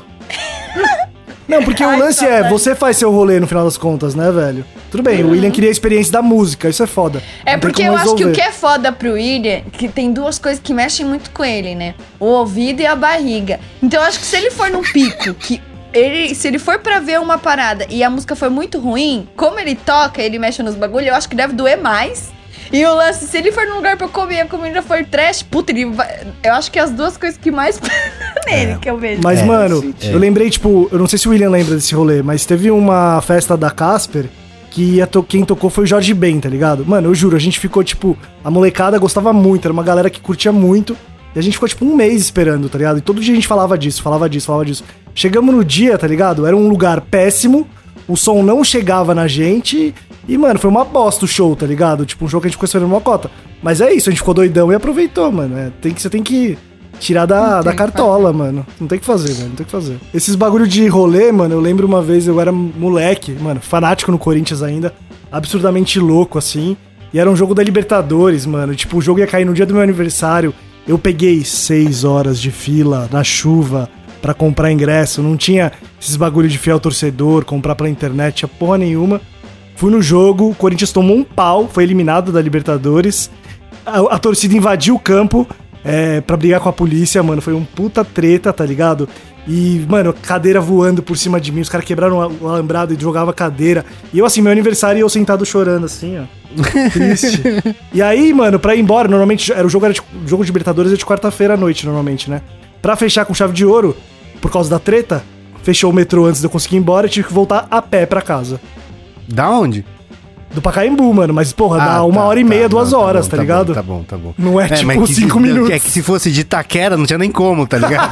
Não, porque o lance você faz seu rolê no final das contas, né, velho? Tudo bem, o William queria a experiência da música, isso é foda. É porque eu acho que o que é foda pro William, que tem 2 coisas que mexem muito com ele, né? O ouvido e a barriga. Então eu acho que se ele for num pico, se ele for pra ver uma parada e a música for muito ruim, como ele toca, ele mexe nos bagulho, eu acho que deve doer mais E o lance, se ele for num lugar pra comer e a comida for trash, puta, ele vai... Eu acho que é as duas coisas que mais nele que eu vejo. Mas, mano, eu lembrei, tipo, eu não sei se o William lembra desse rolê, mas teve uma festa da Casper que quem tocou foi o Jorge Ben, tá ligado? Mano, eu juro, a gente ficou, tipo, a molecada gostava muito, era uma galera que curtia muito, e a gente ficou, tipo, um mês esperando, tá ligado? E todo dia a gente falava disso. Chegamos no dia, tá ligado? Era um lugar péssimo, o som não chegava na gente, e, mano, foi uma bosta o show, tá ligado? Tipo, um show que a gente ficou esperando uma cota. Mas é isso, a gente ficou doidão e aproveitou, mano. Você tem que tirar da cartola, mano. Não tem o que fazer, velho. Não tem o que fazer. Esses bagulho de rolê, mano, eu lembro uma vez, eu era moleque, mano, fanático no Corinthians ainda, absurdamente louco, assim. E era um jogo da Libertadores, mano. Tipo, o jogo ia cair no dia do meu aniversário. Eu peguei 6 horas de fila na chuva pra comprar ingresso. Não tinha esses bagulho de fiel torcedor, comprar pela internet, tinha porra nenhuma. Fui no jogo, o Corinthians tomou um pau, foi eliminado da Libertadores. A torcida invadiu o campo pra brigar com a polícia, mano. Foi um puta treta, tá ligado? E, mano, cadeira voando por cima de mim. Os caras quebraram o alambrado e jogavam a cadeira. E eu, assim, meu aniversário, e eu sentado chorando, assim, ó. Triste. E aí, mano, pra ir embora, normalmente, o jogo de Libertadores é de quarta-feira à noite, normalmente, né? Pra fechar com chave de ouro, por causa da treta, fechou o metrô antes de eu conseguir ir embora e tive que voltar a pé pra casa. Da onde? Do Pacaembu, mano. Mas, porra, dá 1h30, 2 horas, tá ligado? Tá bom. Não é tipo 5 minutos. É que se fosse de Itaquera, não tinha nem como, tá ligado?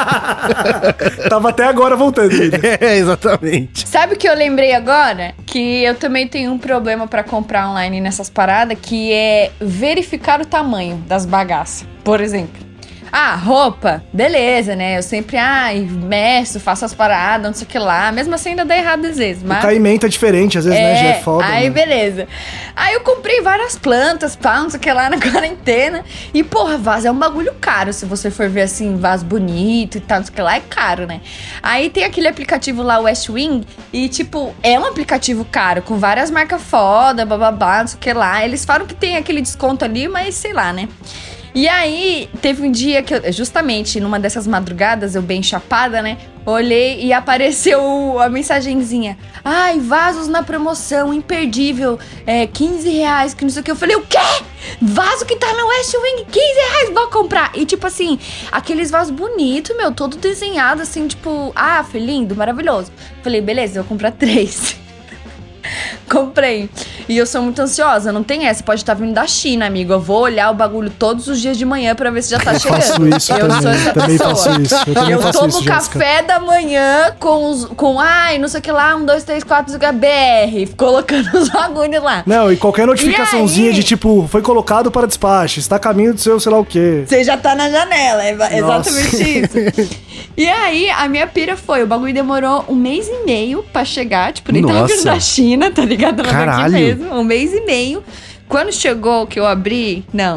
Tava até agora voltando. Exatamente. Sabe o que eu lembrei agora? Que eu também tenho um problema pra comprar online nessas paradas, que é verificar o tamanho das bagaças. Por exemplo, roupa, beleza, né? Eu sempre, meço, faço as paradas, não sei o que lá. Mesmo assim ainda dá errado às vezes, mas... O caimento é diferente, às vezes, né? Já é foda. Aí, né? beleza. Aí eu comprei várias plantas, não sei o que lá, na quarentena. E, porra, vaso é um bagulho caro. Se você for ver, assim, vaso bonito e tal, não sei o que lá, é caro, né? Aí tem aquele aplicativo lá, o Westwing, e, tipo, é um aplicativo caro, com várias marcas foda, bababá, não sei o que lá. Eles falam que tem aquele desconto ali, mas sei lá, né? E aí, teve um dia que justamente numa dessas madrugadas, eu bem chapada, né? Olhei e apareceu a mensagenzinha. Vasos na promoção, imperdível, R$15, que não sei o que. Eu falei, o quê? Vaso que tá no Westwing, R$15, vou comprar. E tipo assim, aqueles vasos bonitos, meu, todo desenhado assim, tipo, foi lindo, maravilhoso. Falei, beleza, eu vou comprar 3. Comprei. E eu sou muito ansiosa, não tem essa. Pode estar vindo da China, amigo. Eu vou olhar o bagulho todos os dias de manhã pra ver se já tá chegando. Eu faço isso eu sou essa também pessoa. Faço isso. Eu tomo isso, café da manhã com não sei o que lá, 1, 2, 3, 4, BR, colocando os bagulhos lá. Não, e qualquer notificaçãozinha de tipo, foi colocado para despacho, está a caminho do seu sei lá o quê. Você já tá na janela, é exatamente isso. E aí, a minha pira foi, o bagulho demorou 1 mês e meio pra chegar, tipo, nem tava vindo da China, tá ligado? Tava aqui mesmo, 1 mês e meio. Quando chegou que eu abri, não.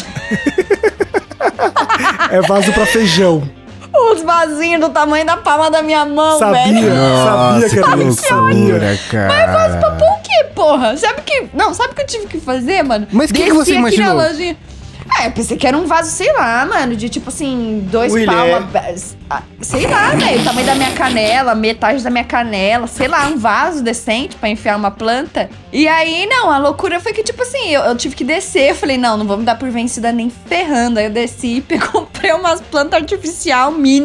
É vaso pra feijão. Os vasinhos do tamanho da palma da minha mão, velho. Sabia que era isso, sabia. Mas vaso pra pôr o quê, porra? Sabe o que eu tive que fazer, mano? Mas o que você imaginou? Na lojinha. Eu pensei que era um vaso, sei lá, mano, de tipo assim, 2 palmas, sei lá, velho, o tamanho da minha canela, metade da minha canela, sei lá, um vaso decente pra enfiar uma planta. E aí, não, a loucura foi que, tipo assim, eu tive que descer, eu falei, não vou me dar por vencida nem ferrando. Aí eu desci e comprei umas plantas artificial mini.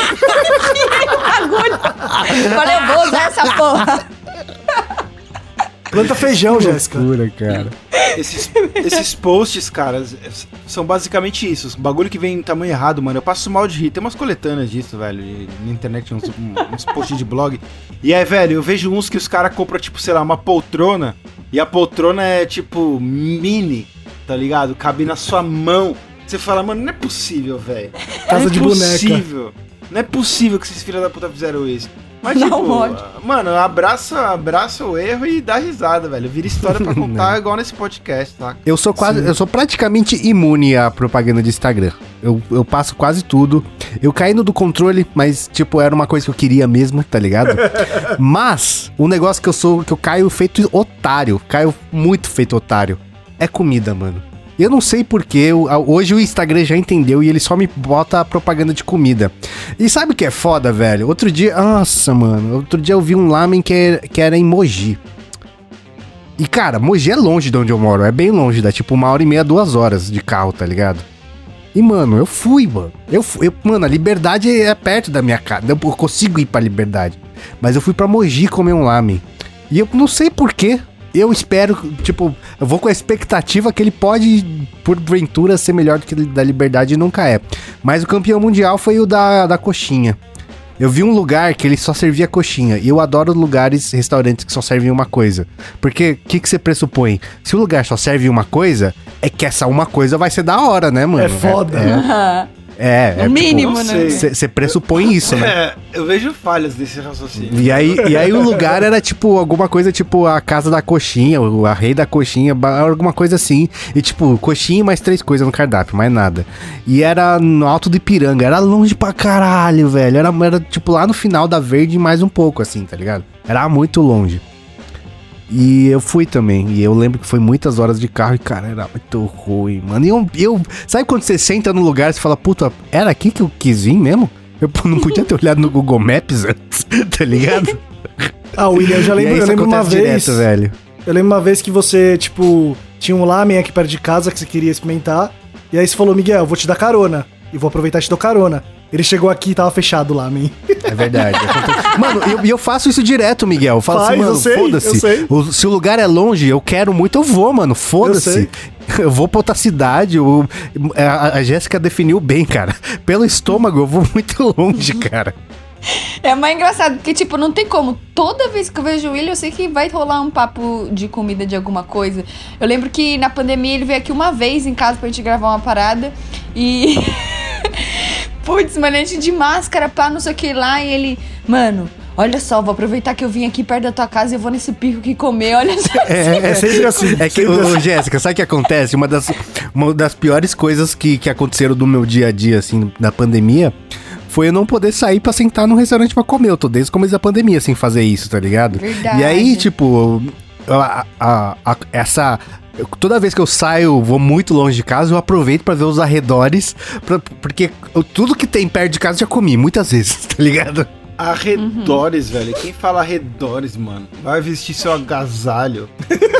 Falei, eu vou usar essa porra. Planta feijão, Jéssica. Cara. Esses posts, cara, são basicamente isso. O bagulho que vem em tamanho errado, mano. Eu passo mal de rir. Tem umas coletâneas disso, velho. Na internet, uns posts de blog. E aí, velho, eu vejo uns que os caras compram, tipo, sei lá, uma poltrona. E a poltrona é, tipo, mini, tá ligado? Cabe na sua mão. Você fala, mano, não é possível, velho. Casa de boneca. Não é possível que esses filhos da puta fizeram isso. Mas, não, tipo, mano, abraça o erro e dá risada, velho. Vira história pra contar igual nesse podcast, tá? Eu sou praticamente imune à propaganda de Instagram. Eu passo quase tudo. Eu caí no do controle, mas, tipo, era uma coisa que eu queria mesmo, tá ligado? Mas, o negócio que eu caio feito otário, caio muito feito otário, é comida, mano. Eu não sei porquê, hoje o Instagram já entendeu e ele só me bota a propaganda de comida. E sabe o que é foda, velho? Outro dia eu vi um lamen que era em Mogi. E, cara, Mogi é longe de onde eu moro. É bem longe, dá tipo 1h30, 2 horas de carro, tá ligado? E, mano, eu fui, mano. Mano, a Liberdade é perto da minha casa. Eu consigo ir pra Liberdade. Mas eu fui pra Mogi comer um lamen. E eu não sei porquê. Eu espero, tipo, eu vou com a expectativa que ele pode, porventura, ser melhor do que o da Liberdade e nunca é. Mas o campeão mundial foi o da coxinha. Eu vi um lugar que ele só servia coxinha. E eu adoro lugares, restaurantes que só servem uma coisa. Porque o que você pressupõe? Se o lugar só serve uma coisa, é que essa uma coisa vai ser da hora, né, mano? É foda. No mínimo, tipo, né? Você pressupõe isso, né? Eu vejo falhas desse raciocínio. E aí o lugar era tipo alguma coisa tipo a casa da coxinha, a rei da coxinha, alguma coisa assim. E tipo, coxinha e mais 3 coisas no cardápio, mais nada. E era no Alto do Ipiranga, era longe pra caralho, velho. Era tipo lá no final da Verde mais um pouco assim, tá ligado? Era muito longe. E eu fui também, e eu lembro que foi muitas horas de carro e, cara, era muito ruim, mano. E eu sabe quando você senta no lugar e você fala, puta, era aqui que eu quis vir mesmo? Eu não podia ter olhado no Google Maps antes, tá ligado? William, eu lembro uma vez, direto, velho. Eu lembro uma vez que você, tipo, tinha um lamen aqui perto de casa que você queria experimentar, e aí você falou, Miguel, eu vou te dar carona, e vou aproveitar e te dou carona. Ele chegou aqui e tava fechado o lamen. É verdade. Mano, eu faço isso direto, Miguel. Eu falo assim, mano, foda-se. Se o lugar é longe, eu quero muito, eu vou, mano. Foda-se. Eu vou pra outra cidade. A Jéssica definiu bem, cara. Pelo estômago, eu vou muito longe, cara. É mais engraçado, porque, tipo, não tem como. Toda vez que eu vejo o William, eu sei que vai rolar um papo de comida de alguma coisa. Eu lembro que na pandemia ele veio aqui uma vez em casa pra gente gravar uma parada. E... Putz, mano, a gente de máscara, pá, não sei o que lá. E ele, mano, olha só, vou aproveitar que eu vim aqui perto da tua casa e eu vou nesse pico aqui comer, olha só. É sempre assim. É que, Jéssica, sabe o que acontece? Uma das piores coisas que aconteceram do meu dia a dia, assim, da pandemia, foi eu não poder sair pra sentar num restaurante pra comer. Eu tô desde o começo da pandemia sem fazer isso, tá ligado? Verdade. E aí, tipo, toda vez que eu saio, vou muito longe de casa, eu aproveito pra ver os arredores, porque tudo que tem perto de casa eu já comi, muitas vezes, tá ligado? Arredores, velho. Quem fala arredores, mano? Vai vestir seu agasalho.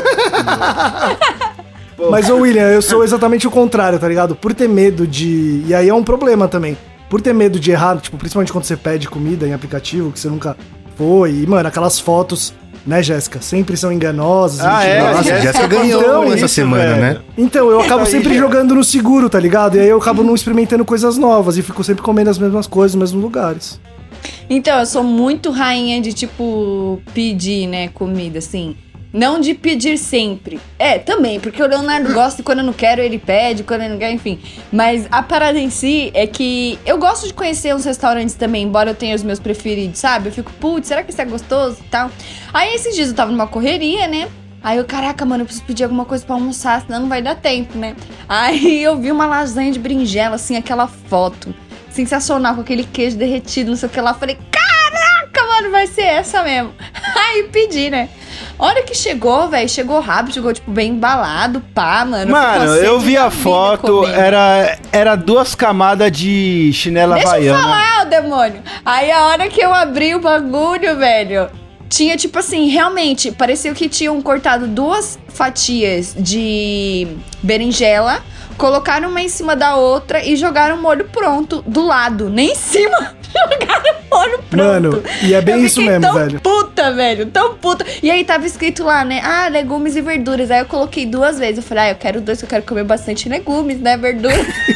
Mas, ô William, eu sou exatamente o contrário, tá ligado? Por ter medo de... E aí é um problema também. Por ter medo de errar, tipo, principalmente quando você pede comida em aplicativo, que você nunca foi. E, mano, aquelas fotos... Né, Jéssica? Sempre são enganosas. Nossa, a Jéssica ganhou então, essa semana, velho, né? Então, eu acabo sempre jogando no seguro, tá ligado? E aí eu acabo não experimentando coisas novas e fico sempre comendo as mesmas coisas nos mesmos lugares. Então, eu sou muito rainha de, tipo, pedir, né, comida, assim. Não de pedir sempre. Também, porque o Leonardo gosta e quando eu não quero ele pede, quando eu não quero, enfim. Mas a parada em si é que eu gosto de conhecer uns restaurantes também, embora eu tenha os meus preferidos, sabe? Eu fico, putz, será que isso é gostoso e tal? Aí esses dias eu tava numa correria, né? Aí eu, caraca, mano, eu preciso pedir alguma coisa pra almoçar, senão não vai dar tempo, né? Aí eu vi uma lasanha de berinjela, assim, aquela foto sensacional, com aquele queijo derretido, não sei o que lá. Falei, caraca, mano, vai ser essa mesmo. Aí pedi, né? A hora que chegou, velho, chegou rápido, chegou, tipo, bem embalado, pá, mano. Mano, eu vi a foto, era 2 camadas de chinela havaiana. Deixa eu falar, ô demônio. Aí a hora que eu abri o bagulho, velho, tinha, tipo assim, realmente, parecia que tinham cortado 2 fatias de berinjela, colocaram uma em cima da outra e jogaram o molho pronto do lado, nem em cima. Jogaram o molho pronto. Mano, e é bem isso mesmo, velho. Tão puta. E aí tava escrito lá, né? Legumes e verduras. Aí eu coloquei 2 vezes. Eu falei, eu quero 2, que eu quero comer bastante legumes, né? Verdura.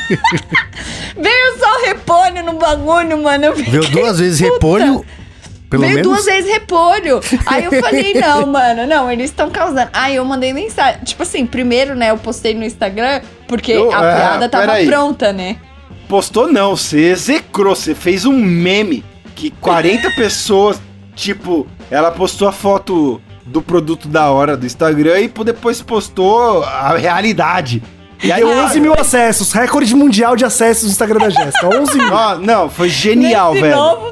Veio só repolho no bagulho, mano. Veio 2 vezes repolho? Veio 2 vezes repolho. Aí eu falei, não, mano, não, eles estão causando. Aí eu mandei mensagem. Tipo assim, primeiro, né, eu postei no Instagram, porque a piada tava pronta, né? Postou não, você execrou, você fez um meme que 40 pessoas, tipo, ela postou a foto do produto da hora do Instagram e depois postou a realidade. E aí 11 mil acessos, recorde mundial de acessos no Instagram da Jéssica, 11 mil. Não, foi genial, Nesse velho. novo tá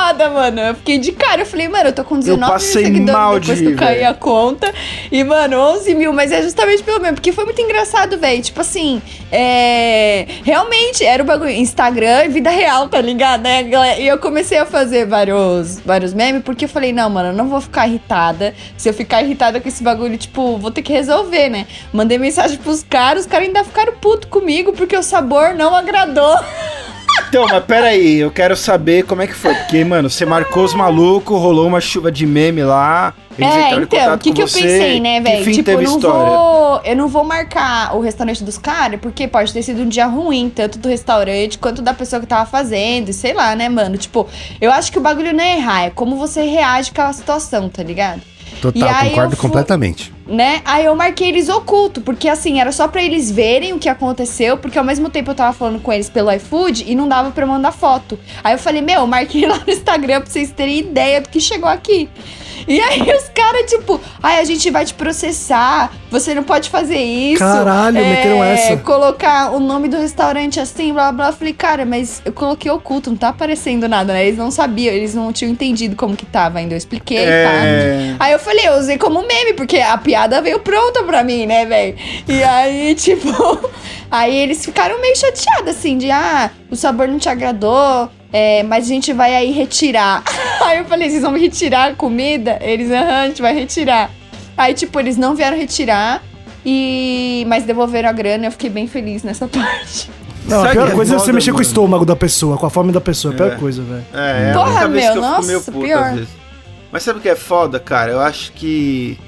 foda, mano. Eu fiquei de cara. Eu falei, mano, eu tô com 19 mil seguidores depois que eu caí a conta. E, mano, 11 mil. Mas é justamente pelo mesmo. Porque foi muito engraçado, velho. Tipo assim, realmente era o bagulho Instagram e vida real, tá ligado? Né? E eu comecei a fazer vários memes. Porque eu falei, não, mano, eu não vou ficar irritada. Se eu ficar irritada com esse bagulho, tipo, vou ter que resolver, né? Mandei mensagem pros caras. Os caras ainda ficaram putos comigo. Porque o sabor não agradou. Então, mas peraí, eu quero saber como é que foi. Porque, mano, você marcou os malucos, rolou uma chuva de meme lá. Então, o que eu pensei, né, velho? Tipo, eu não vou marcar o restaurante dos caras, porque pode ter sido um dia ruim, tanto do restaurante quanto da pessoa que tava fazendo, sei lá, né, mano? Tipo, eu acho que o bagulho não é errar, é como você reage com a situação, tá ligado? Total, concordo completamente. Né? Aí eu marquei eles oculto, porque assim, era só pra eles verem o que aconteceu, porque ao mesmo tempo eu tava falando com eles pelo iFood e não dava pra mandar foto. Aí eu falei, eu marquei lá no Instagram pra vocês terem ideia do que chegou aqui. E aí os caras, tipo, a gente vai te processar, você não pode fazer isso. Caralho, meteram essa. Colocar o nome do restaurante assim, blá, blá. Eu falei, cara, mas eu coloquei oculto, não tá aparecendo nada, né? Eles não sabiam, eles não tinham entendido como que tava ainda. Eu expliquei, tá? Aí eu falei, eu usei como meme, porque a piada veio pronta pra mim, né, velho? E aí, tipo, aí eles ficaram meio chateados, assim, de, o sabor não te agradou. Mas a gente vai aí retirar. Aí eu falei, vocês vão me retirar a comida? Eles, a gente vai retirar. Aí, tipo, eles não vieram retirar, mas devolveram a grana. Eu fiquei bem feliz nessa parte. Não, a pior coisa é você mexer com o estômago da pessoa, com a fome da pessoa. A pior coisa, velho. Porra, meu, nossa, pior. Mas sabe o que é foda, cara? Eu acho que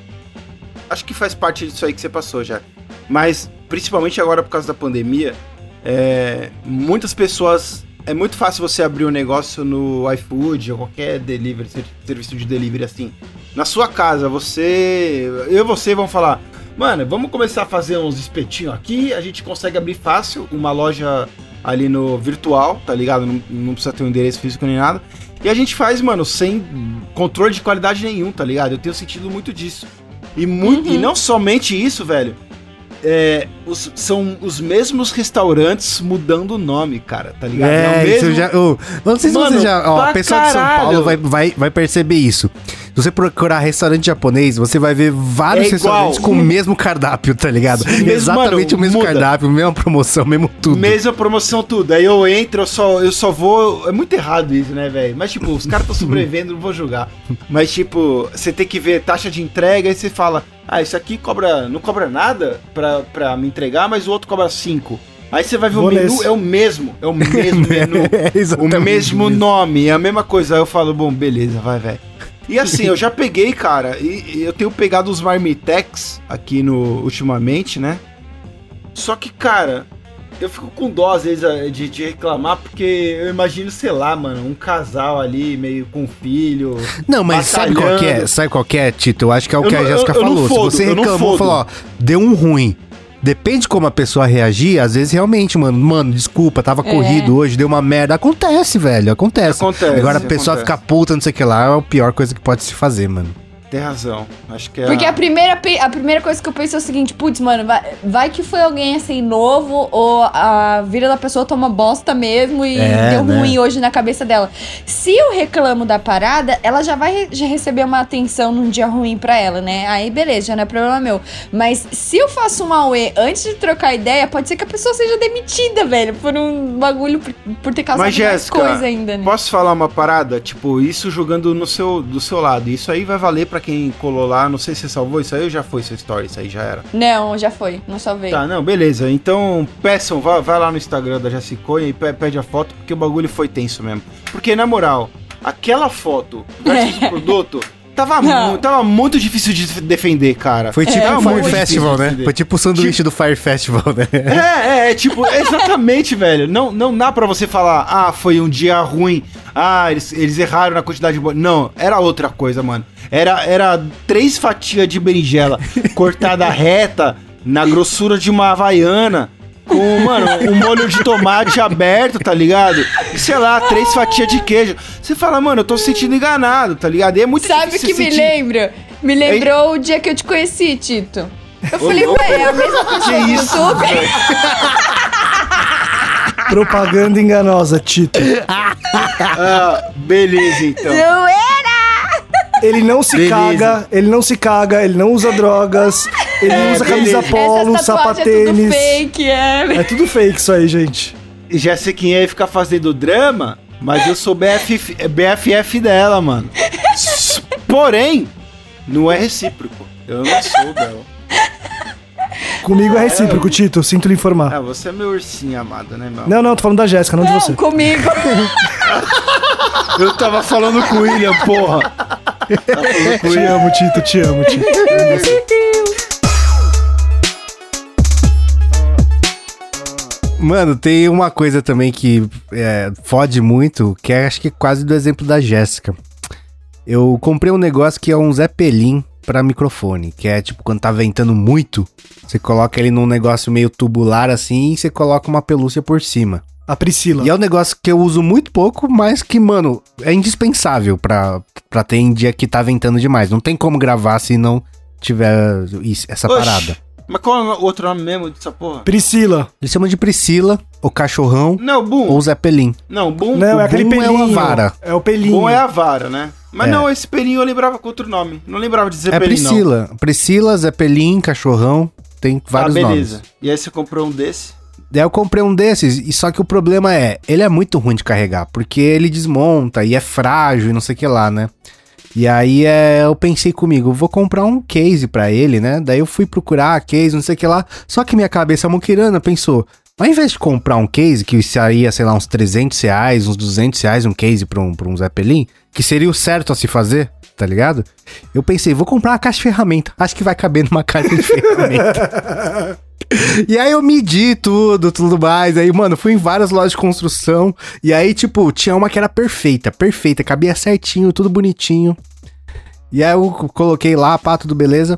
faz parte disso aí que você passou já. Mas, principalmente agora por causa da pandemia, muitas pessoas... É muito fácil você abrir um negócio no iFood ou qualquer delivery, serviço de delivery assim. Na sua casa, eu e você vão falar, mano, vamos começar a fazer uns espetinhos aqui, a gente consegue abrir fácil uma loja ali no virtual, tá ligado? Não precisa ter um endereço físico nem nada. E a gente faz, mano, sem controle de qualidade nenhum, tá ligado? Eu tenho sentido muito disso. E não somente isso, velho. São os mesmos restaurantes mudando o nome, cara, tá ligado? Isso não sei se você já... Ó, a pessoa de São Paulo vai perceber isso. Se você procurar restaurante japonês, você vai ver vários restaurantes com o mesmo cardápio, tá ligado? Exatamente, mano, o mesmo cardápio, mesma promoção, mesmo tudo. Mesma promoção, tudo. Aí eu entro, eu só vou... É muito errado isso, né, velho? Mas, tipo, os caras estão sobrevivendo, não vou julgar. Mas, tipo, você tem que ver taxa de entrega, aí você fala... isso aqui não cobra nada pra me entregar, mas o outro cobra 5. Aí você vai ver o menu, é o mesmo menu, o mesmo nome, é a mesma coisa. Aí eu falo, bom, beleza, vai, velho. E assim, eu já peguei, cara, e eu tenho pegado os Marmitex aqui ultimamente, né? Só que, cara, eu fico com dó às vezes de reclamar, porque eu imagino, sei lá, mano, um casal ali meio com filho. Não, mas sabe qual que é, Tito? Eu acho que é o que a Jéssica falou. Se você reclamou, falou, deu um ruim. Depende de como a pessoa reagir, às vezes realmente, mano, desculpa, tava corrido hoje, deu uma merda. Acontece, velho, acontece. Agora a pessoa ficar puta, não sei o que lá, é a pior coisa que pode se fazer, mano. Tem razão, acho que Porque a primeira coisa que eu penso é o seguinte, putz, mano, vai que foi alguém assim novo, ou a vida da pessoa toma bosta mesmo e deu ruim hoje na cabeça dela. Se eu reclamo da parada, ela já vai receber uma atenção num dia ruim pra ela, né? Aí beleza, já não é problema meu. Mas se eu faço um auê antes de trocar ideia, pode ser que a pessoa seja demitida, velho, por um bagulho, por ter causado mais coisa ainda, né? Posso falar uma parada? Tipo, isso jogando do seu lado. Isso aí vai valer pra quem colou lá, não sei se você salvou isso aí ou já foi seu story, isso aí já era? Não, já foi, não salvei. Tá, não, beleza, então peçam, vai lá no Instagram da Jessiconha e pede a foto, porque o bagulho foi tenso mesmo. Porque, na moral, aquela foto versus o produto... Tava muito difícil de defender, cara. Foi tipo o Fire Festival, né? Foi tipo o sanduíche do Fire Festival, né? Tipo, exatamente, velho. Não dá pra você falar, foi um dia ruim, eles erraram na quantidade de... Não, era outra coisa, mano. Era 3 fatias de berinjela cortada reta, na grossura de uma havaiana, com, mano, um molho de tomate aberto, tá ligado? Sei lá, 3 fatias de queijo. Você fala, mano, eu tô se sentindo enganado, tá ligado? E é muito Sabe o que me lembra? Me lembrou o dia que eu te conheci, Tito. Eu falei, é a mesma pessoa do YouTube. Propaganda enganosa, Tito. Beleza, então. Ele não se caga, ele não se caga, ele não usa drogas, ele não usa camisa polo, sapatênis. É tudo fake, É tudo fake isso aí, gente. Jéssiquinha aí fica fazendo drama, mas eu sou BFF dela, mano. Porém, não é recíproco. Eu não sou dela. Comigo é recíproco, Tito, sinto lhe informar. Ah, você é meu ursinho amado, né, meu? Não, tô falando da Jéssica, não de você. Comigo. Eu tava falando com o William, porra. Te amo, Tito, te amo, Tito. Mano, tem uma coisa também que fode muito, que é acho que quase do exemplo da Jéssica. Eu comprei um negócio que é um Zeppelin pra microfone, que é tipo quando tá ventando muito, você coloca ele num negócio meio tubular assim e você coloca uma pelúcia por cima. A Priscila. E é um negócio que eu uso muito pouco, mas que, mano, é indispensável pra ter em dia que tá ventando demais. Não tem como gravar se não tiver essa parada. Mas qual é o outro nome mesmo dessa porra? Priscila. Eles chamam de Priscila, o cachorrão, não, Boom. ou Zeppelin. Não, Boom. Não, é aquele pelinho. É uma vara. É o pelinho. Boom é a vara, né? Mas não, esse pelinho eu lembrava com outro nome. Não lembrava de Zeppelin, é Priscila. Não. Priscila, Zeppelin, cachorrão, tem vários beleza. nomes. E aí você comprou um desse? Daí eu comprei um desses, e só que o problema ele é muito ruim de carregar, porque ele desmonta e é frágil e não sei o que lá, né? E aí eu pensei comigo, vou comprar um case pra ele, né? Daí eu fui procurar case, não sei o que lá, só que minha cabeça muquirana pensou, ao invés de comprar um case, que seria, sei lá, uns R$300, uns R$200 um case pra um Zeppelin, que seria o certo a se fazer, tá ligado? Eu pensei, vou comprar uma caixa de ferramenta, acho que vai caber numa caixa de ferramenta. E aí eu medi tudo mais, aí, mano, fui em várias lojas de construção, e aí, tipo, tinha uma que era perfeita, cabia certinho, tudo bonitinho. E aí eu coloquei lá, pá, tudo beleza,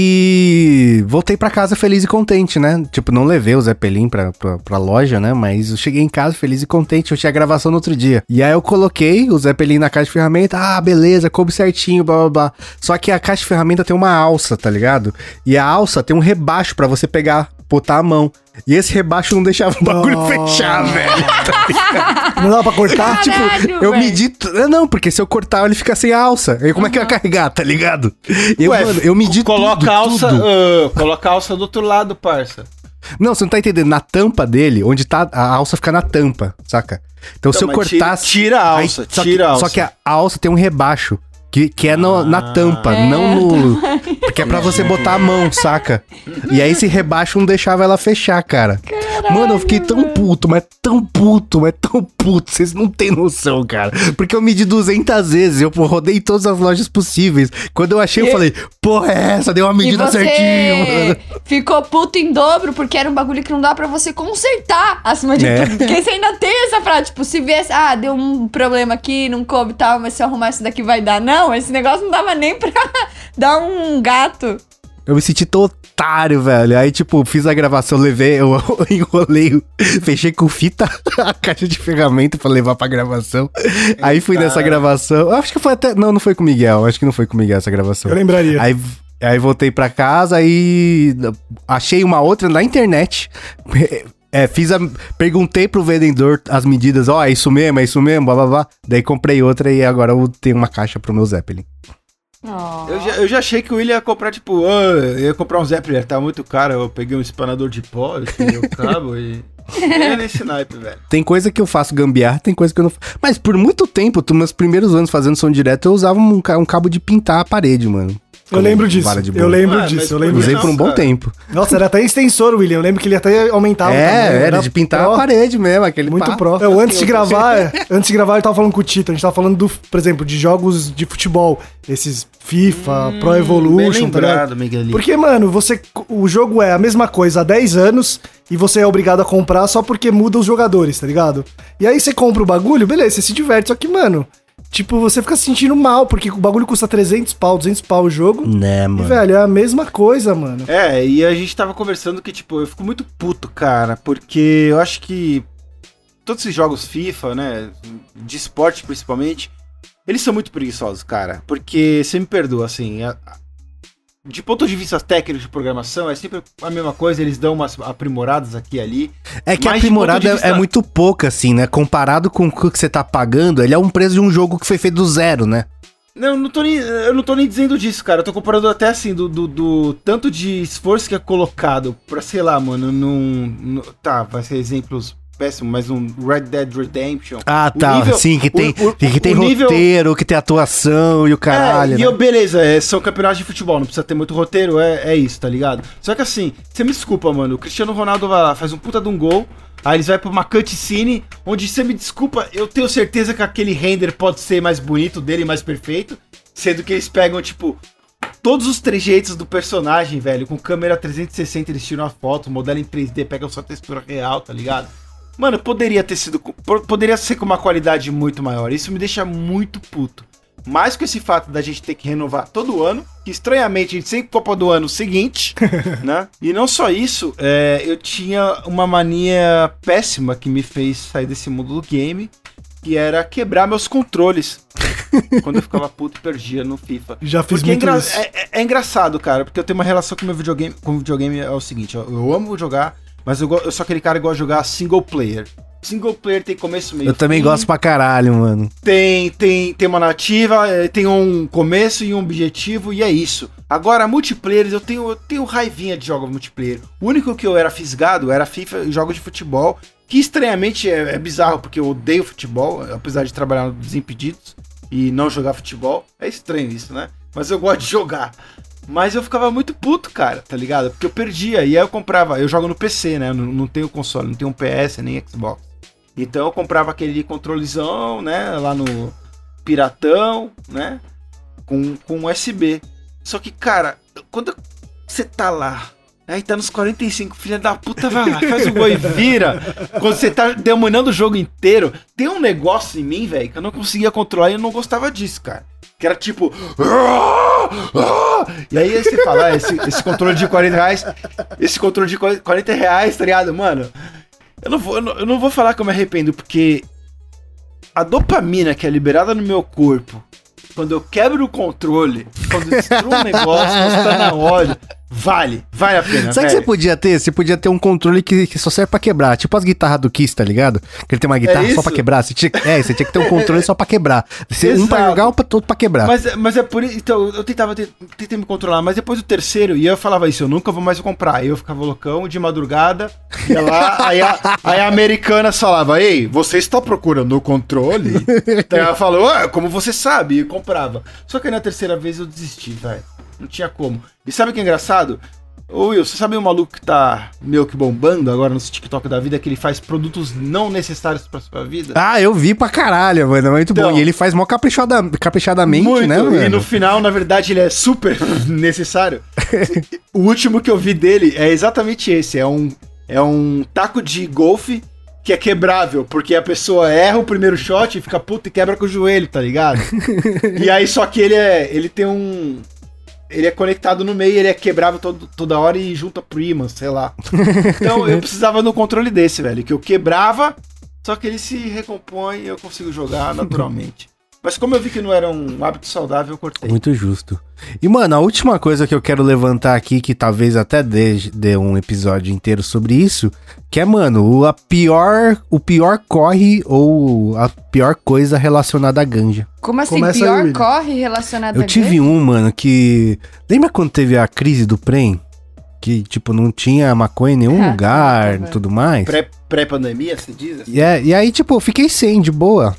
e voltei pra casa feliz e contente, né? Tipo, não levei o Zeppelin pra loja, né? Mas eu cheguei em casa feliz e contente, eu tinha gravação no outro dia. E aí eu coloquei o Zeppelin na caixa de ferramenta, beleza, coube certinho, blá blá blá. Só que a caixa de ferramenta tem uma alça, tá ligado? E a alça tem um rebaixo pra você pegar, botar a mão. E esse rebaixo não deixava o bagulho fechar, velho. Tá não dá pra cortar? Caralho, tipo, eu medi... Não, porque se eu cortar, ele fica sem a alça. Aí como é que eu ia carregar, tá ligado? Mano, eu medi coloca a alça, coloca a alça do outro lado, parça. Não, você não tá entendendo. Na tampa dele, onde tá... A alça fica na tampa, saca? Então se eu cortasse... Tira a alça, tira a alça. Só que a alça tem um rebaixo. Que é na tampa, não no... Porque é pra você botar a mão, saca? E aí esse rebaixo não deixava ela fechar, cara. Caralho, mano, eu fiquei tão puto, mas tão puto. Vocês não têm noção, cara. Porque eu medi 200 vezes, eu rodei todas as lojas possíveis. Quando eu achei, eu falei, porra, é essa? Deu uma medida certinho, mano. Ficou puto em dobro, porque era um bagulho que não dá pra você consertar acima de tudo. Porque você ainda tem essa frase, tipo, se viesse, deu um problema aqui, não coube e tal, mas se eu arrumar isso daqui vai dar. Não, esse negócio não dava nem pra dar um gato. Eu me senti tão otário, velho. Aí, tipo, fiz a gravação, eu enrolei, fechei com fita a caixa de ferramenta pra levar pra gravação. Aí fui nessa gravação. Acho que foi até... Não foi com o Miguel. Acho que não foi com o Miguel essa gravação. Eu lembraria. Aí voltei pra casa e achei uma outra na internet. Perguntei pro vendedor as medidas, é isso mesmo, blá blá blá. Daí comprei outra e agora eu tenho uma caixa pro meu Zeppelin. Oh. Eu já achei que o William ia comprar, tipo, ia comprar um Zeppelin, tá muito caro, eu peguei um espanador de pó, eu tirei o cabo e... É nesse naipe, velho. Tem coisa que eu faço gambiarra, tem coisa que eu não faço. Mas por muito tempo, meus primeiros anos fazendo som direto, eu usava um cabo de pintar a parede, mano. Eu lembro disso, eu lembro disso. Usei por um bom tempo. Nossa, era até extensor, William. Eu lembro que ele até aumentava. Era de pintar a parede mesmo, aquele muito pró. Antes de gravar, eu tava falando com o Tito, a gente tava falando por exemplo, de jogos de futebol. Esses FIFA, Pro Evolution, tá ligado? Miguelinho. Porque, mano, o jogo é a mesma coisa há 10 anos e você é obrigado a comprar só porque muda os jogadores, tá ligado? E aí você compra o bagulho, beleza, você se diverte, só que, mano... Tipo, você fica se sentindo mal, porque o bagulho custa 300 pau, 200 pau o jogo. Né, mano. E, velho, é a mesma coisa, mano. E a gente tava conversando que, tipo, eu fico muito puto, cara, porque eu acho que todos esses jogos FIFA, né, de esporte principalmente, eles são muito preguiçosos, cara. Porque, você me perdoa, assim, de ponto de vista técnico de programação, é sempre a mesma coisa, eles dão umas aprimoradas aqui e ali. É que a aprimorada é muito pouca, assim, né? Comparado com o que você tá pagando, ele é um preço de um jogo que foi feito do zero, né? Não, eu não tô nem dizendo disso, cara. Eu tô comparando até assim, do tanto de esforço que é colocado pra, sei lá, mano, tá, vai ser exemplos péssimo, mas um Red Dead Redemption. Ah, tá, nível, sim, que tem nível, roteiro, que tem atuação e o caralho. E beleza, são campeonatos de futebol, não precisa ter muito roteiro, é isso, tá ligado? Só que assim, você me desculpa, mano, o Cristiano Ronaldo vai lá, faz um puta de um gol, aí eles vão pra uma cutscene, onde você me desculpa, eu tenho certeza que aquele render pode ser mais bonito dele, mais perfeito, sendo que eles pegam, tipo, todos os trejeitos do personagem, velho, com câmera 360, eles tiram a foto, modelo em 3D, pegam só a textura real, tá ligado? Mano, poderia ser com uma qualidade muito maior. Isso me deixa muito puto. Mais com esse fato da gente ter que renovar todo ano, que estranhamente a gente sempre Copa do ano seguinte, né? E não só isso, eu tinha uma mania péssima que me fez sair desse mundo do game, que era quebrar meus controles. Quando eu ficava puto e perdia no FIFA. Já fiz muito isso. É engraçado, cara, porque eu tenho uma relação com o meu videogame. Com o videogame é o seguinte, eu amo jogar, mas eu sou aquele cara que gosta de jogar single player. Single player tem começo, meio Eu também gosto pra caralho, mano. Tem uma narrativa, tem um começo e um objetivo, e é isso. Agora, multiplayer, eu tenho raivinha de jogos multiplayer. O único que eu era fisgado era FIFA e jogos de futebol, que estranhamente é bizarro, porque eu odeio futebol, apesar de trabalhar nos Desimpedidos e não jogar futebol. É estranho isso, né? Mas eu gosto de jogar. Mas eu ficava muito puto, cara, tá ligado? Porque eu perdia, e aí eu comprava, eu jogo no PC, né? Não tenho console, não tenho um PS nem Xbox. Então eu comprava aquele controlezão, né? Lá no Piratão, né? Com USB. Só que, cara, quando você tá lá, aí tá nos 45, filha da puta, vai lá, faz o gol e vira. Quando você tá demorando o jogo inteiro, tem um negócio em mim, velho, que eu não conseguia controlar e eu não gostava disso, cara. Que era tipo... E aí você fala, esse controle de 40 reais, esse controle de 40 reais, tá ligado, mano? Eu não vou falar que eu me arrependo, porque a dopamina que é liberada no meu corpo, quando eu quebro o controle, quando eu destruo um negócio, quando você tá na hora, vale a pena. Sabe o que você podia ter? Você podia ter um controle que só serve pra quebrar. Tipo as guitarras do Kiss, tá ligado? Que ele tem uma guitarra só pra quebrar. Você tinha que ter um controle só pra quebrar. Um pra jogar, outro pra quebrar. Mas é por isso. Então, eu tentei me controlar, mas depois do terceiro, e eu falava isso, eu nunca vou mais comprar. Aí eu ficava loucão, de madrugada, ia lá, aí a americana falava, ei, você está procurando o controle? Então ela falou, como você sabe? E eu comprava. Só que aí na terceira vez eu desisti, velho. Não tinha como. E sabe o que é engraçado? Ô Will, você sabe um maluco que tá meio que bombando agora no TikTok da vida, que ele faz produtos não necessários pra sua vida? Ah, eu vi pra caralho, mano. É muito bom. E ele faz mó caprichadamente, muito, né, mano? E no final, na verdade, ele é super necessário. O último que eu vi dele é exatamente esse. É um taco de golfe que é quebrável, porque a pessoa erra o primeiro shot e fica puta e quebra com o joelho, tá ligado? E aí, só que ele tem um... Ele é conectado no meio, ele é quebrável toda hora e junta pro imã, sei lá. Então eu precisava de um controle desse, velho, que eu quebrava, só que ele se recompõe e eu consigo jogar naturalmente. Mas como eu vi que não era um hábito saudável, eu cortei. Muito justo. E, mano, a última coisa que eu quero levantar aqui, que talvez até dê um episódio inteiro sobre isso, que é, mano, o pior corre ou a pior coisa relacionada à ganja. Como assim, pior corre relacionado a ganja? Eu tive mano, que... Lembra quando teve a crise do Prem? Que, tipo, não tinha maconha em nenhum lugar e tudo mais. Pré-pandemia, você diz? Assim? E aí, tipo, eu fiquei sem, de boa.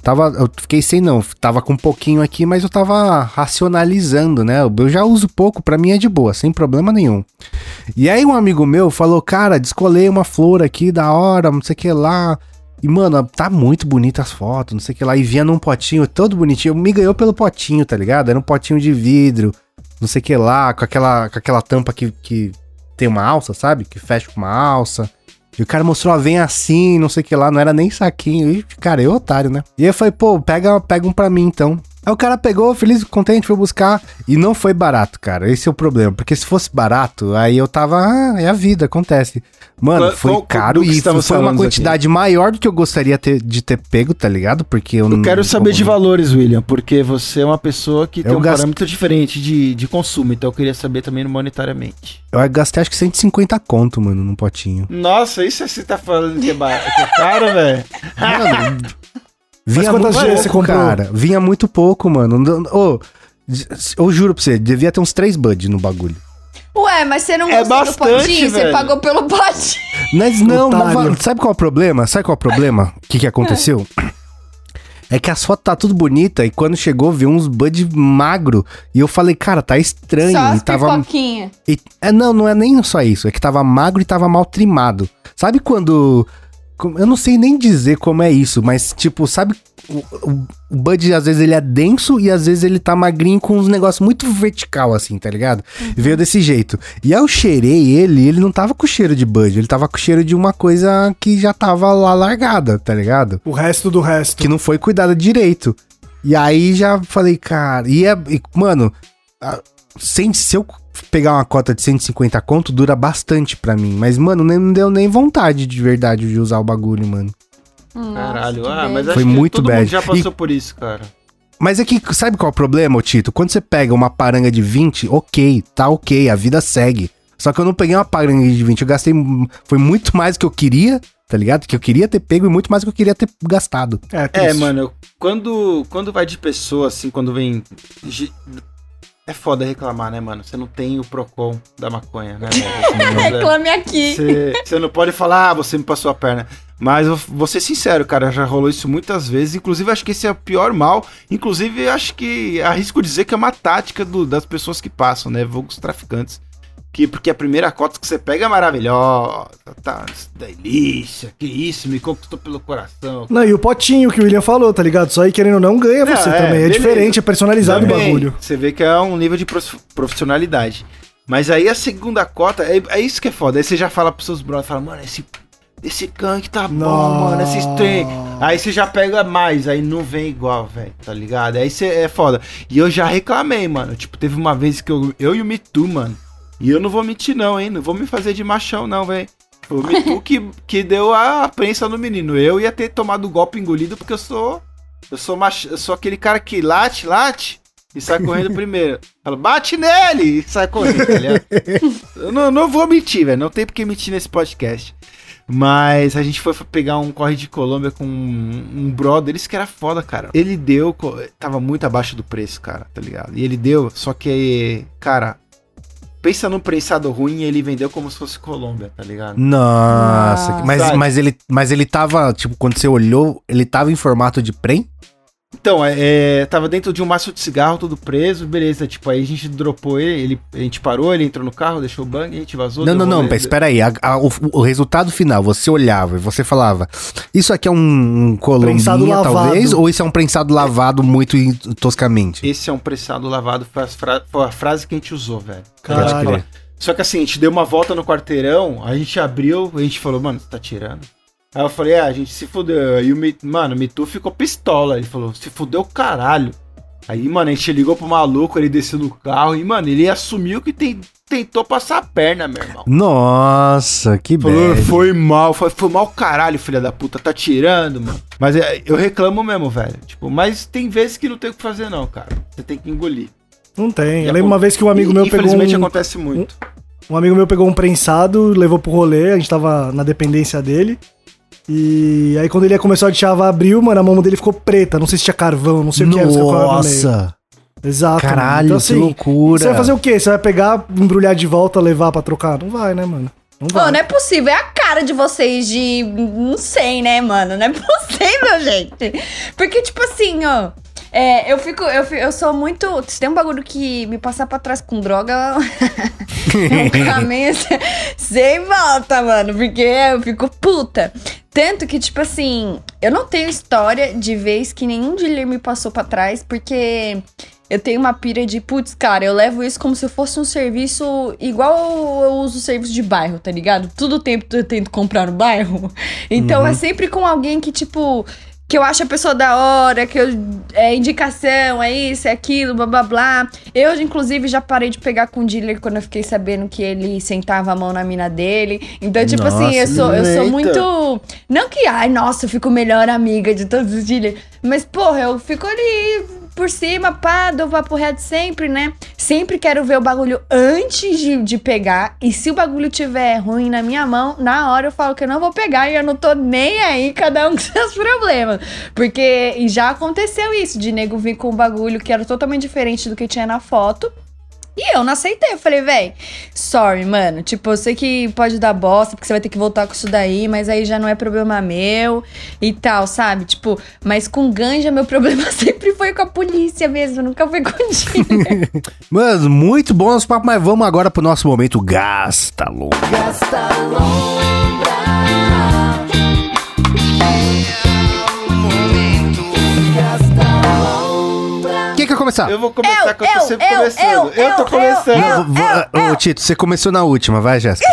Tava com um pouquinho aqui, mas eu tava racionalizando, né? Eu já uso pouco, pra mim é de boa, sem problema nenhum. E aí um amigo meu falou, cara, descolei uma flor aqui, da hora, não sei o que lá. E, mano, tá muito bonita as fotos, não sei o que lá. E vinha num potinho todo bonitinho. Me ganhou pelo potinho, tá ligado? Era um potinho de vidro, não sei o que lá, com aquela tampa que tem uma alça, sabe? Que fecha com uma alça. E o cara mostrou, vem assim, não sei o que lá, não era nem saquinho. E, cara, eu otário, né? E aí eu falei, pô, pega um pra mim então. Aí o cara pegou, feliz, contente, foi buscar. E não foi barato, cara. Esse é o problema. Porque se fosse barato, aí eu tava... é a vida, acontece. Mano, foi caro e foi uma quantidade maior do que eu gostaria de ter pego, tá ligado? Porque eu não... quero saber de valores, William. Porque você é uma pessoa que tem um parâmetro diferente de consumo. Então eu queria saber também monetariamente. Eu gastei acho que 150 conto, mano, num potinho. Nossa, isso você tá falando que é caro, velho? Mano... Vinha muito pouco, cara. Vinha muito pouco, mano. Eu juro pra você, devia ter uns 3 buds no bagulho. Ué, mas você não gostou do potinho? Você pagou pelo potinho. Mas não, sabe qual é o problema? O que aconteceu? É que as fotos tá tudo bonita e quando chegou, viu uns bud magro. E eu falei, cara, tá estranho. Só as pipoquinha. Não é nem só isso. É que tava magro e tava mal trimado. Sabe quando... Eu não sei nem dizer como é isso, mas tipo, sabe, o bud às vezes ele é denso e às vezes ele tá magrinho com uns negócios muito vertical assim, tá ligado? Veio desse jeito. E aí eu cheirei ele não tava com cheiro de bud, ele tava com cheiro de uma coisa que já tava lá largada, tá ligado? O resto do resto. Que não foi cuidado direito. E aí já falei, cara, mano, se eu pegar uma cota de 150 conto, dura bastante pra mim. Mas, mano, não deu nem vontade de verdade de usar o bagulho, mano. Caralho, mas acho foi que muito todo bad. mundo já passou por isso, cara. Mas é que, sabe qual é o problema, Tito? Quando você pega uma paranga de 20, tá ok, a vida segue. Só que eu não peguei uma paranga de 20, eu gastei, foi muito mais do que eu queria, tá ligado? Que eu queria ter pego e muito mais do que eu queria ter gastado. Mano, quando vai de pessoa, assim, quando vem... É foda reclamar, né, mano? Você não tem o Procon da maconha, né, velho? Reclame aqui. Você não pode falar, você me passou a perna. Mas eu vou ser sincero, cara, já rolou isso muitas vezes. Inclusive, acho que esse é o pior mal. Inclusive, acho que arrisco dizer que é uma tática das pessoas que passam, né? Vulgos traficantes. Porque a primeira cota que você pega é maravilhosa, tá, delícia, que isso, me conquistou pelo coração. Não, e o potinho que o William falou, tá ligado? Só aí querendo ou não ganha você também, beleza. Diferente, é personalizado o bagulho. Você vê que é um nível de profissionalidade. Mas aí a segunda cota, é isso que é foda, aí você já fala pros seus brothers, fala, mano, esse canque tá bom, mano, esse trem. Aí você já pega mais, aí não vem igual, velho, tá ligado? Aí você é foda. E eu já reclamei, mano, tipo, teve uma vez que eu e o Mitu, mano, e eu não vou mentir não, hein? Não vou me fazer de machão não, velho. Foi o Mitu que deu a prensa no menino. Eu ia ter tomado o golpe engolido porque eu sou aquele cara que late e sai correndo primeiro. Fala, bate nele e sai correndo, tá ligado? Eu não vou mentir, velho. Não tem porque mentir nesse podcast. Mas a gente foi pegar um corre de Colômbia com um brother, isso que era foda, cara. Ele deu, tava muito abaixo do preço, cara, tá ligado? E ele deu, só que, cara... Pensa num prensado ruim e ele vendeu como se fosse Colômbia, tá ligado? Nossa, mas ele tava, tipo, quando você olhou, ele tava em formato de prem? Então, tava dentro de um maço de cigarro, tudo preso, beleza, tipo, aí a gente dropou ele, a gente parou, ele entrou no carro, deixou o bang, a gente vazou. Não, espera aí, o resultado final, você olhava e você falava, isso aqui é um colombinha, talvez, ou isso é um prensado lavado muito toscamente? Esse é um prensado lavado, foi a frase que a gente usou, velho. Caralho. Só que assim, a gente deu uma volta no quarteirão, a gente abriu, a gente falou, mano, você tá tirando? Aí eu falei, a gente se fudeu. Aí o Mitu ficou pistola. Ele falou, se fudeu o caralho. Aí, mano, a gente ligou pro maluco, ele desceu no carro e, mano, ele assumiu que tentou passar a perna, meu irmão. Nossa, que bad. Foi mal caralho, filha da puta, tá tirando, mano. Mas eu reclamo mesmo, velho. Tipo, mas tem vezes que não tem o que fazer não, cara. Você tem que engolir. Não tem. Eu lembro uma vez que um amigo meu pegou infelizmente acontece muito. Um amigo meu pegou um prensado, levou pro rolê, a gente tava na dependência dele. E aí quando ele começou a chavar, abriu, mano, a mão dele ficou preta. Não sei se tinha carvão, não sei o que era. Nossa! Exato. Caralho, então, assim, que loucura. Você vai fazer o quê? Você vai pegar, embrulhar de volta, levar pra trocar? Não vai, né, mano? Não vai. Não é possível. É a cara de vocês de... Não sei, né, mano? Não é possível, gente. Porque, tipo assim, ó... eu sou muito... Se tem um bagulho que me passar pra trás com droga... é um caminho sem volta, mano. Porque eu fico puta. Tanto que, tipo assim... Eu não tenho história de vez que nenhum dealer me passou pra trás. Porque... Eu tenho uma pira de, putz, cara, eu levo isso como se fosse um serviço igual eu uso serviço de bairro, tá ligado? Todo tempo eu tento comprar no bairro. Então é sempre com alguém que, tipo... que eu acho a pessoa da hora, que é indicação, é isso, é aquilo, blá blá blá. Eu, inclusive, já parei de pegar com o dealer quando eu fiquei sabendo que ele sentava a mão na mina dele. Então, tipo assim, eu sou muito... Não que, ai, nossa, eu fico melhor amiga de todos os dealers. Mas, porra, eu fico ali por cima, pá, dou papo reto sempre, né? Sempre quero ver o bagulho antes de pegar. E se o bagulho tiver ruim na minha mão, na hora eu falo que eu não vou pegar e eu não tô nem aí, cada um com seus problemas. Porque e já aconteceu isso, de nego vir com um bagulho que era totalmente diferente do que tinha na foto. E eu não aceitei, eu falei, véi, sorry, mano, tipo, eu sei que pode dar bosta, porque você vai ter que voltar com isso daí, mas aí já não é problema meu e tal, sabe? Tipo, mas com ganja, meu problema sempre foi com a polícia mesmo, nunca foi com dealer. Mano, muito bom nosso papo, mas vamos agora pro nosso momento Gasta Lombra. Gasta Lombra. Quem quer começar? Eu vou começar, que eu tô sempre começando. Eu tô começando. Ô, Tito, você começou na última, vai, Jéssica.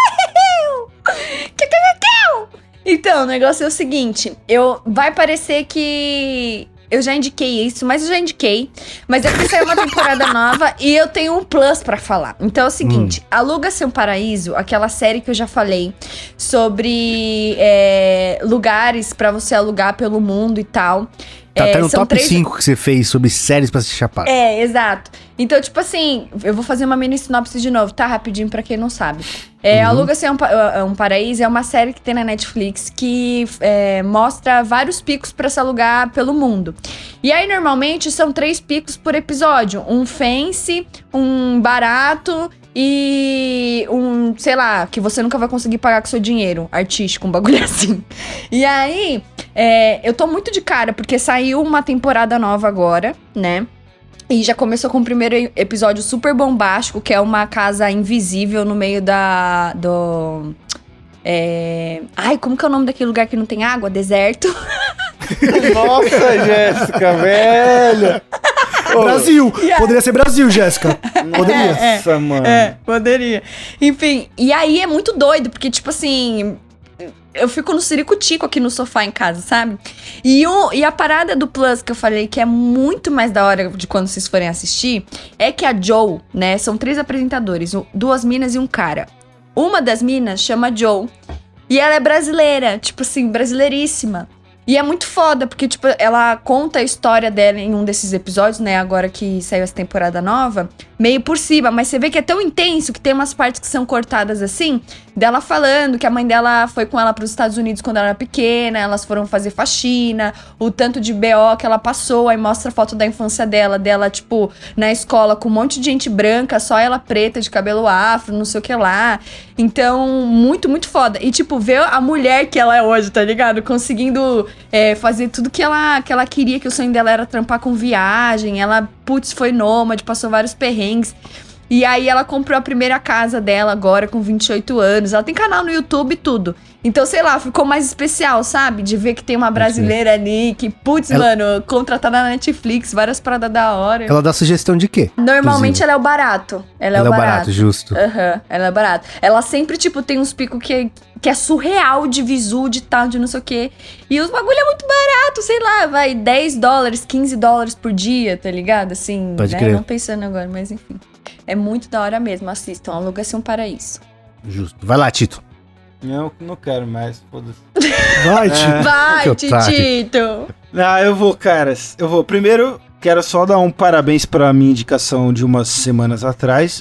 Então, o negócio é o seguinte, vai parecer que eu já indiquei isso, mas eu já indiquei. Mas é porque saiu uma temporada nova e eu tenho um plus pra falar. Então é o seguinte, Aluga-se um Paraíso, aquela série que eu já falei sobre lugares pra você alugar pelo mundo e tal. Tá até no top 5 que você fez sobre séries pra se chapar. Exato. Então, tipo assim, eu vou fazer uma mini sinopse de novo, tá? Rapidinho pra quem não sabe. Aluga-se um Paraíso é uma série que tem na Netflix que mostra vários picos pra se alugar pelo mundo. E aí, normalmente, são 3 picos por episódio. Um fancy, um barato e um, sei lá, que você nunca vai conseguir pagar com seu dinheiro artístico, um bagulho assim. E aí, eu tô muito de cara, porque saiu uma temporada nova agora, né? E já começou com o primeiro episódio super bombástico, que é uma casa invisível no meio do... Ai, como que é o nome daquele lugar que não tem água? Deserto. Nossa, Jéssica, velho. Brasil! Poderia ser Brasil, Jéssica. Poderia. Nossa, mano. Poderia. Enfim, e aí é muito doido, porque, tipo assim... Eu fico no ciricutico aqui no sofá em casa, sabe? E a parada do Plus que eu falei que é muito mais da hora de quando vocês forem assistir é que a Joe, né? São 3 apresentadores, 2 minas e um cara. Uma das minas chama Joe e ela é brasileira, tipo assim, brasileiríssima. E é muito foda, porque, tipo, ela conta a história dela em um desses episódios, né? Agora que saiu essa temporada nova, meio por cima. Mas você vê que é tão intenso que tem umas partes que são cortadas assim, dela falando que a mãe dela foi com ela pros Estados Unidos quando ela era pequena, elas foram fazer faxina, o tanto de BO que ela passou, aí mostra a foto da infância dela, tipo, na escola com um monte de gente branca, só ela preta, de cabelo afro, não sei o que lá. Então, muito, muito foda. E, tipo, ver a mulher que ela é hoje, tá ligado? Conseguindo... fazer tudo que ela queria, que o sonho dela era trampar com viagem. Ela, foi nômade, passou vários perrengues. E aí ela comprou a primeira casa dela agora com 28 anos. Ela tem canal no YouTube e tudo. Então, sei lá, ficou mais especial, sabe? De ver que tem uma brasileira ali que, mano, contratada na Netflix, várias paradas da hora. Ela dá sugestão de quê? Normalmente ela é o barato. Ela é o barato, justo. Ela é barato. Ela sempre, tipo, tem uns picos que é surreal de visu, de tal, de não sei o quê. E os bagulho é muito barato, sei lá, vai $10, $15 por dia, tá ligado? Assim, pode né? crer. Não pensando agora, mas enfim. É muito da hora mesmo, assistam. Aluga-se um Paraíso. Justo. Vai lá, Tito. Eu não quero mais, foda-se. Vai, Tito. Vai, Titito! Não, eu vou, caras. Primeiro, quero só dar um parabéns pra minha indicação de umas semanas atrás.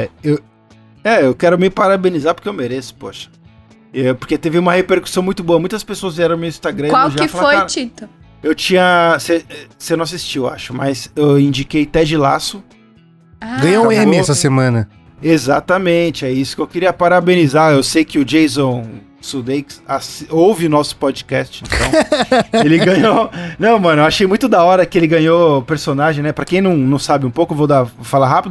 Eu quero me parabenizar porque eu mereço, poxa. Porque teve uma repercussão muito boa. Muitas pessoas vieram no meu Instagram. Qual que foi, Tito? Eu tinha... Você não assistiu, acho, mas eu indiquei Ted Lasso. Ganhou um Emmy essa semana. Exatamente, é isso que eu queria parabenizar. Eu sei que o Jason Sudeikis ouve nosso podcast, então ele ganhou... Não, mano, eu achei muito da hora que ele ganhou personagem, né? Pra quem não sabe um pouco, vou falar rápido,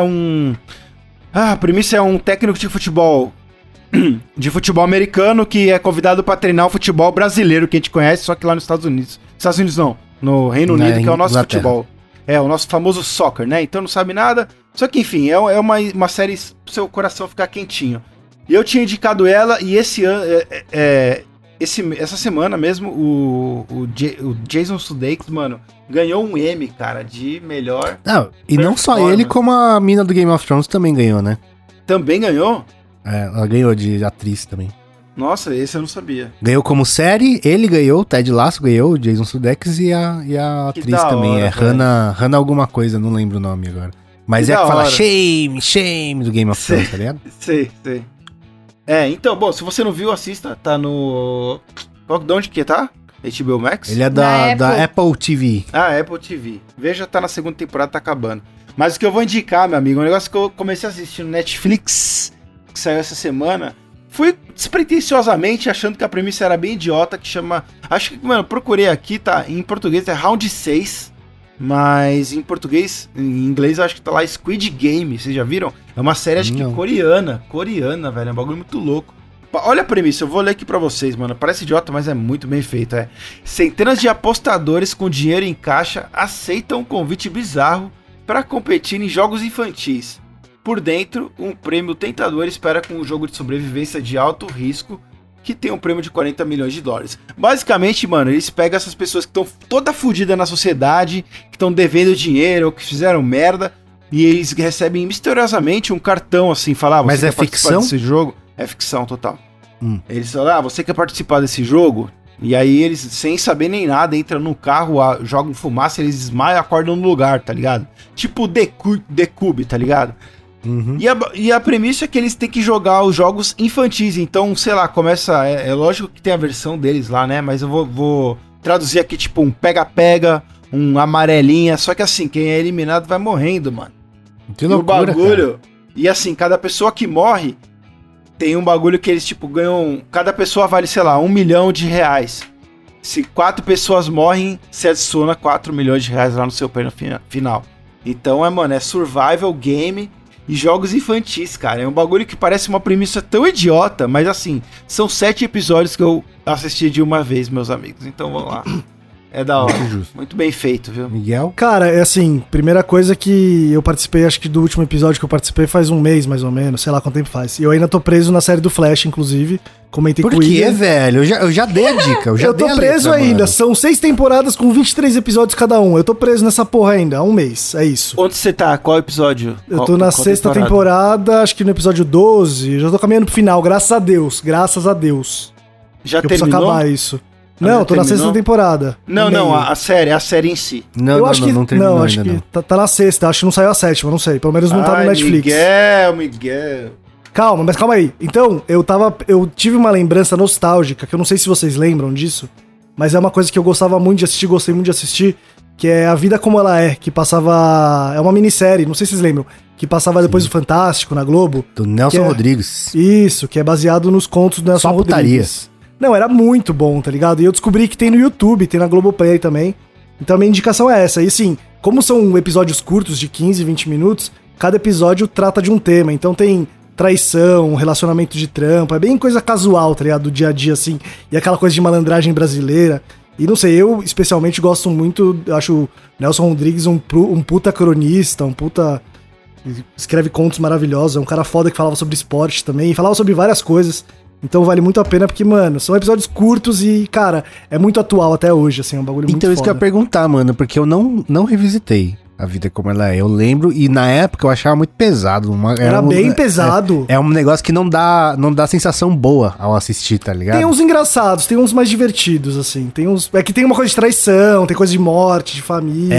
a premissa é um técnico de futebol americano que é convidado pra treinar o futebol brasileiro que a gente conhece, só que lá nos Estados Unidos. Estados Unidos não, no Reino Unido, que é o nosso futebol. É, o nosso famoso soccer, né? Então não sabe nada. Só que, enfim, é uma série pro seu coração ficar quentinho. E eu tinha indicado ela, e esse ano... essa semana mesmo, o Jason Sudeikis, mano, ganhou um M, cara, de melhor... E não só ele, como a mina do Game of Thrones também ganhou, né? Também ganhou? Ela ganhou de atriz também. Nossa, esse eu não sabia. Ganhou como série, ele ganhou, o Ted Lasso ganhou, o Jason Sudeikis e a atriz também. Hannah alguma coisa, não lembro o nome agora. Mas que fala shame do Game of Thrones, tá ligado? Sei. Então, bom, se você não viu, assista, tá no... De onde que tá? HBO Max? Ele é da Apple TV. Apple TV. Veja, tá na segunda temporada, tá acabando. Mas o que eu vou indicar, meu amigo, é um negócio que eu comecei a assistir no Netflix, que saiu essa semana. Fui despretensiosamente achando que a premissa era bem idiota, que chama... Acho que, mano, procurei aqui, tá? Em português é Round 6, mas em português, em inglês, eu acho que tá lá Squid Game, vocês já viram? É uma série, acho que coreana, velho, é um bagulho muito louco. Olha a premissa, eu vou ler aqui pra vocês, mano. Parece idiota, mas é muito bem feito, Centenas de apostadores com dinheiro em caixa aceitam um convite bizarro para competir em jogos infantis. Por dentro, um prêmio tentador espera com um jogo de sobrevivência de alto risco que tem um prêmio de $40 milhões. Basicamente, mano, eles pegam essas pessoas que estão toda fodidas na sociedade, que estão devendo dinheiro ou que fizeram merda, e eles recebem misteriosamente um cartão assim, falar, mas é ficção desse jogo? É ficção total. Eles falam, você quer participar desse jogo? E aí eles, sem saber nem nada, entram no carro, jogam fumaça, eles desmaiam e acordam no lugar, tá ligado? Tipo The Cube, tá ligado? Uhum. E a premissa é que eles têm que jogar os jogos infantis. Então, sei lá, começa... É lógico que tem a versão deles lá, né? Mas eu vou traduzir aqui, tipo, um pega-pega, um amarelinha. Só que assim, quem é eliminado vai morrendo, mano. Que loucura, e o bagulho... cara. E assim, cada pessoa que morre... Tem um bagulho que eles, tipo, ganham... Cada pessoa vale, sei lá, $1 milhão. Se 4 pessoas morrem, você adiciona $4 milhões lá no seu prêmio final. Então, mano, é survival game e jogos infantis, cara. É um bagulho que parece uma premissa tão idiota, mas assim, são 7 episódios que eu assisti de uma vez, meus amigos. Então, vamos lá. É da hora. Muito bem feito, viu? Miguel? Cara, é assim, primeira coisa que eu participei, acho que do último episódio que eu participei faz um mês, mais ou menos, sei lá quanto tempo faz. E eu ainda tô preso na série do Flash, inclusive. Comentei com o Por quê, velho? Eu já dei a dica. Eu tô preso ainda. Mano. São 6 temporadas com 23 episódios cada um. Eu tô preso nessa porra ainda há um mês. É isso. Onde você tá? Qual episódio? Eu tô na 6ª temporada, acho que no episódio 12. Já tô caminhando pro final, graças a Deus. Graças a Deus. Já terminou? Eu preciso acabar isso. Não, tô na 6ª temporada. Não, a série em si. Não terminou ainda, não. Tá na 6ª, acho que não saiu a 7ª, não sei. Pelo menos não tá no Netflix. Miguel. Calma aí. Então, eu tive uma lembrança nostálgica, que eu não sei se vocês lembram disso, mas é uma coisa que eu gostei muito de assistir, que é A Vida Como Ela É, que passava... É uma minissérie, não sei se vocês lembram, que passava depois do Fantástico, na Globo. Do Nelson Rodrigues. Isso, que é baseado nos contos do Nelson Rodrigues. Não, era muito bom, tá ligado? E eu descobri que tem no YouTube, tem na Globoplay também. Então a minha indicação é essa. E assim, como são episódios curtos de 15, 20 minutos, cada episódio trata de um tema. Então tem traição, relacionamento de trampo, é bem coisa casual, tá ligado? Do dia a dia, assim. E aquela coisa de malandragem brasileira. E não sei, eu especialmente gosto muito, acho o Nelson Rodrigues um puta cronista, um puta... Escreve contos maravilhosos, é um cara foda que falava sobre esporte também, e falava sobre várias coisas. Então vale muito a pena porque, mano, são episódios curtos e, cara, é muito atual até hoje, assim, é um bagulho muito foda. Então isso que eu ia perguntar, mano, porque eu não revisitei A Vida Como Ela É. Eu lembro, e na época eu achava muito pesado. Era bem pesado. É um negócio que não dá sensação boa ao assistir, tá ligado? Tem uns engraçados, tem uns mais divertidos, assim. Tem uns... É que tem uma coisa de traição, tem coisa de morte, de família.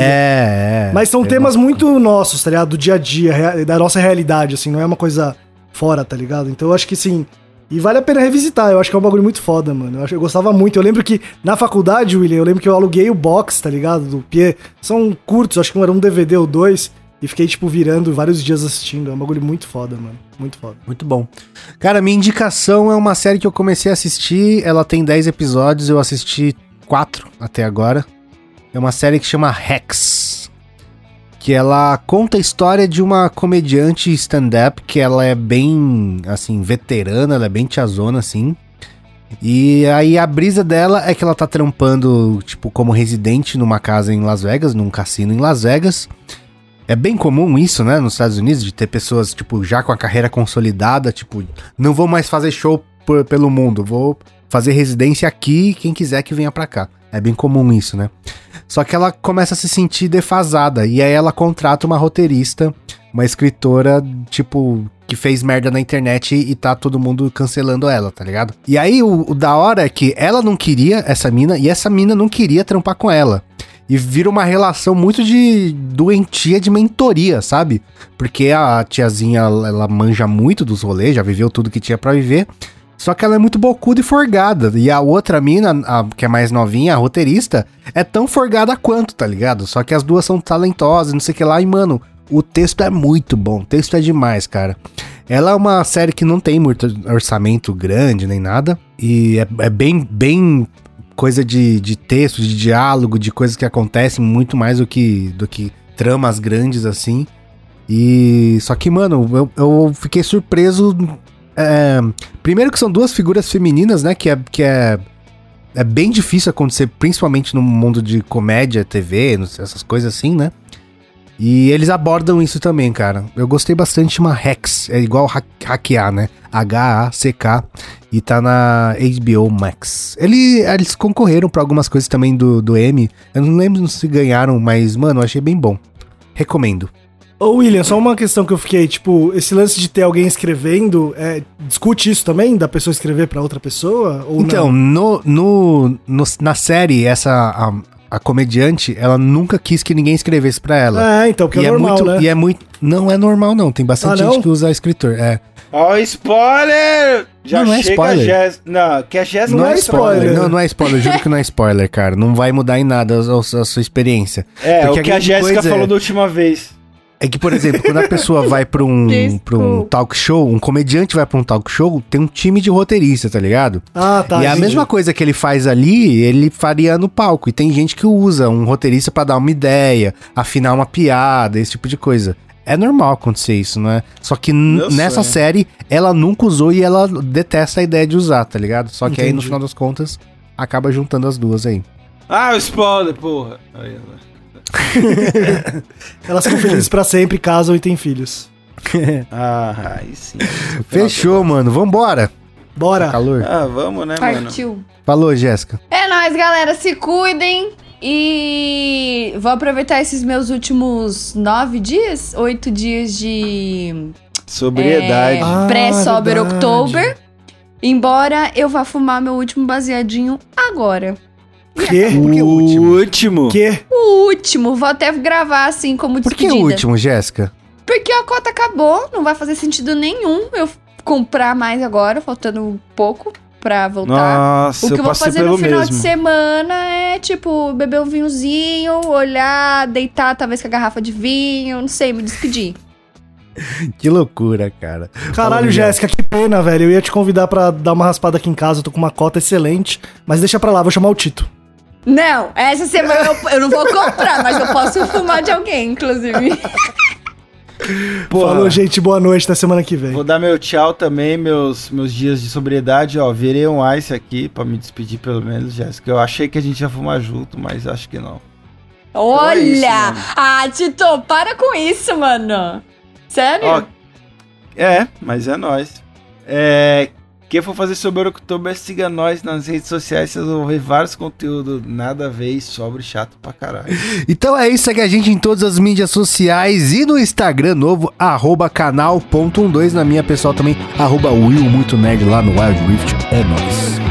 Mas são temas muito nossos, tá ligado? Do dia a dia, da nossa realidade, assim. Não é uma coisa fora, tá ligado? Então eu acho que, sim... E vale a pena revisitar, eu acho que é um bagulho muito foda, mano. Eu gostava muito. Eu lembro que na faculdade, William, eu lembro que eu aluguei o box, tá ligado? Do Pier. São curtos, acho que era um DVD ou 2. E fiquei, tipo, virando vários dias assistindo. É um bagulho muito foda, mano. Muito foda. Muito bom. Cara, minha indicação é uma série que eu comecei a assistir. Ela tem 10 episódios, eu assisti 4 até agora. É uma série que chama Hacks. Que ela conta a história de uma comediante stand-up, que ela é bem, assim, veterana, ela é bem tiazona, assim. E aí a brisa dela é que ela tá trampando, tipo, como residente numa casa em Las Vegas, num cassino em Las Vegas. É bem comum isso, né, nos Estados Unidos, de ter pessoas, tipo, já com a carreira consolidada, tipo, não vou mais fazer show pelo mundo, vou fazer residência aqui, quem quiser que venha pra cá. É bem comum isso, né? Só que ela começa a se sentir defasada, e aí ela contrata uma roteirista, uma escritora, tipo, que fez merda na internet e tá todo mundo cancelando ela, tá ligado? E aí o da hora é que ela não queria essa mina, e essa mina não queria trampar com ela. E vira uma relação muito de doentia de mentoria, sabe? Porque a tiazinha, ela manja muito dos rolês, já viveu tudo que tinha pra viver. Só que ela é muito bocuda e forgada. E a outra mina, que é mais novinha, a roteirista, é tão forgada quanto, tá ligado? Só que as duas são talentosas, não sei o que lá. E, mano, o texto é muito bom. O texto é demais, cara. Ela é uma série que não tem muito orçamento grande, nem nada. E é bem coisa de texto, de diálogo, de coisas que acontecem muito mais do que tramas grandes, assim. E só que, mano, eu fiquei surpreso. Primeiro que são duas figuras femininas, né? Que é bem difícil acontecer, principalmente no mundo de comédia, TV, essas coisas assim, né? E eles abordam isso também, cara. Eu gostei bastante, chama Hacks. É igual hackear, né? H-A-C-K. E tá na HBO Max. Eles concorreram pra algumas coisas também do Emmy. Eu não lembro se ganharam, mas, mano, eu achei bem bom. Recomendo. Ô, William, só uma questão que eu fiquei, tipo, esse lance de ter alguém escrevendo, discute isso também? Da pessoa escrever pra outra pessoa? Ou então, na série, a comediante, ela nunca quis que ninguém escrevesse pra ela. Então, porque é normal, muito, né? E é muito... Não é normal, não. Tem bastante gente que usa escritor, Ó, spoiler! Já não é chega spoiler. Não, que a Jéssica Não é spoiler. Não é spoiler. Juro que não é spoiler, cara. Não vai mudar em nada a sua experiência. Porque o que a Jéssica falou da última vez. É que, por exemplo, quando a pessoa vai pra um talk show, um comediante vai pra um talk show, tem um time de roteirista, tá ligado? Ah, tá. E a mesma coisa que ele faz ali, ele faria no palco. E tem gente que usa um roteirista pra dar uma ideia, afinar uma piada, esse tipo de coisa. É normal acontecer isso, né? Só que nessa série, ela nunca usou e ela detesta a ideia de usar, tá ligado? Só que aí, no final das contas, acaba juntando as duas aí. Ah, o spoiler, porra. Aí, elas são felizes pra sempre, casam e têm filhos. Aí sim. Fechou, mano. Vambora. Bora. Tá calor. Vamos, né, mano? Partiu. Falou, Jéssica. É nóis, galera. Se cuidem. E vou aproveitar esses meus últimos 8 dias de... sobriedade. Pré-sober verdade. October. Embora eu vá fumar meu último baseadinho agora. Quê? Por que o último? Quê? O último. Vou até gravar assim como Por despedida. que o último, Jéssica? Porque a cota acabou. Não vai fazer sentido nenhum eu comprar mais agora, faltando pouco pra voltar. Nossa, O que eu vou passei fazer no pelo final mesmo. de semana é, tipo, beber um vinhozinho, olhar, deitar talvez com a garrafa de vinho, não sei, me despedir. Que loucura, cara. Caralho, Falou, Jéssica, que pena, velho. Eu ia te convidar pra dar uma raspada aqui em casa, eu tô com uma cota excelente. Mas deixa pra lá, vou chamar o Tito. Não, essa semana eu não vou comprar, mas eu posso fumar de alguém, inclusive. Porra. Falou, gente, boa noite, até semana que vem. Vou dar meu tchau também, meus dias de sobriedade, ó. Virei um ice aqui pra me despedir pelo menos, Jéssica. Eu achei que a gente ia fumar junto, mas acho que não. Olha! Então é isso, mano. Tito, para com isso, mano. Sério? Ó, mas é nóis. Quem for fazer sobre o October, siga nós nas redes sociais, vocês vão ver vários conteúdos nada a ver e sobre chato pra caralho. Então é isso, segue a gente em todas as mídias sociais e no Instagram novo, @canal.12, na minha pessoal também, @willmuitonerd lá no Wild Rift. É nóis.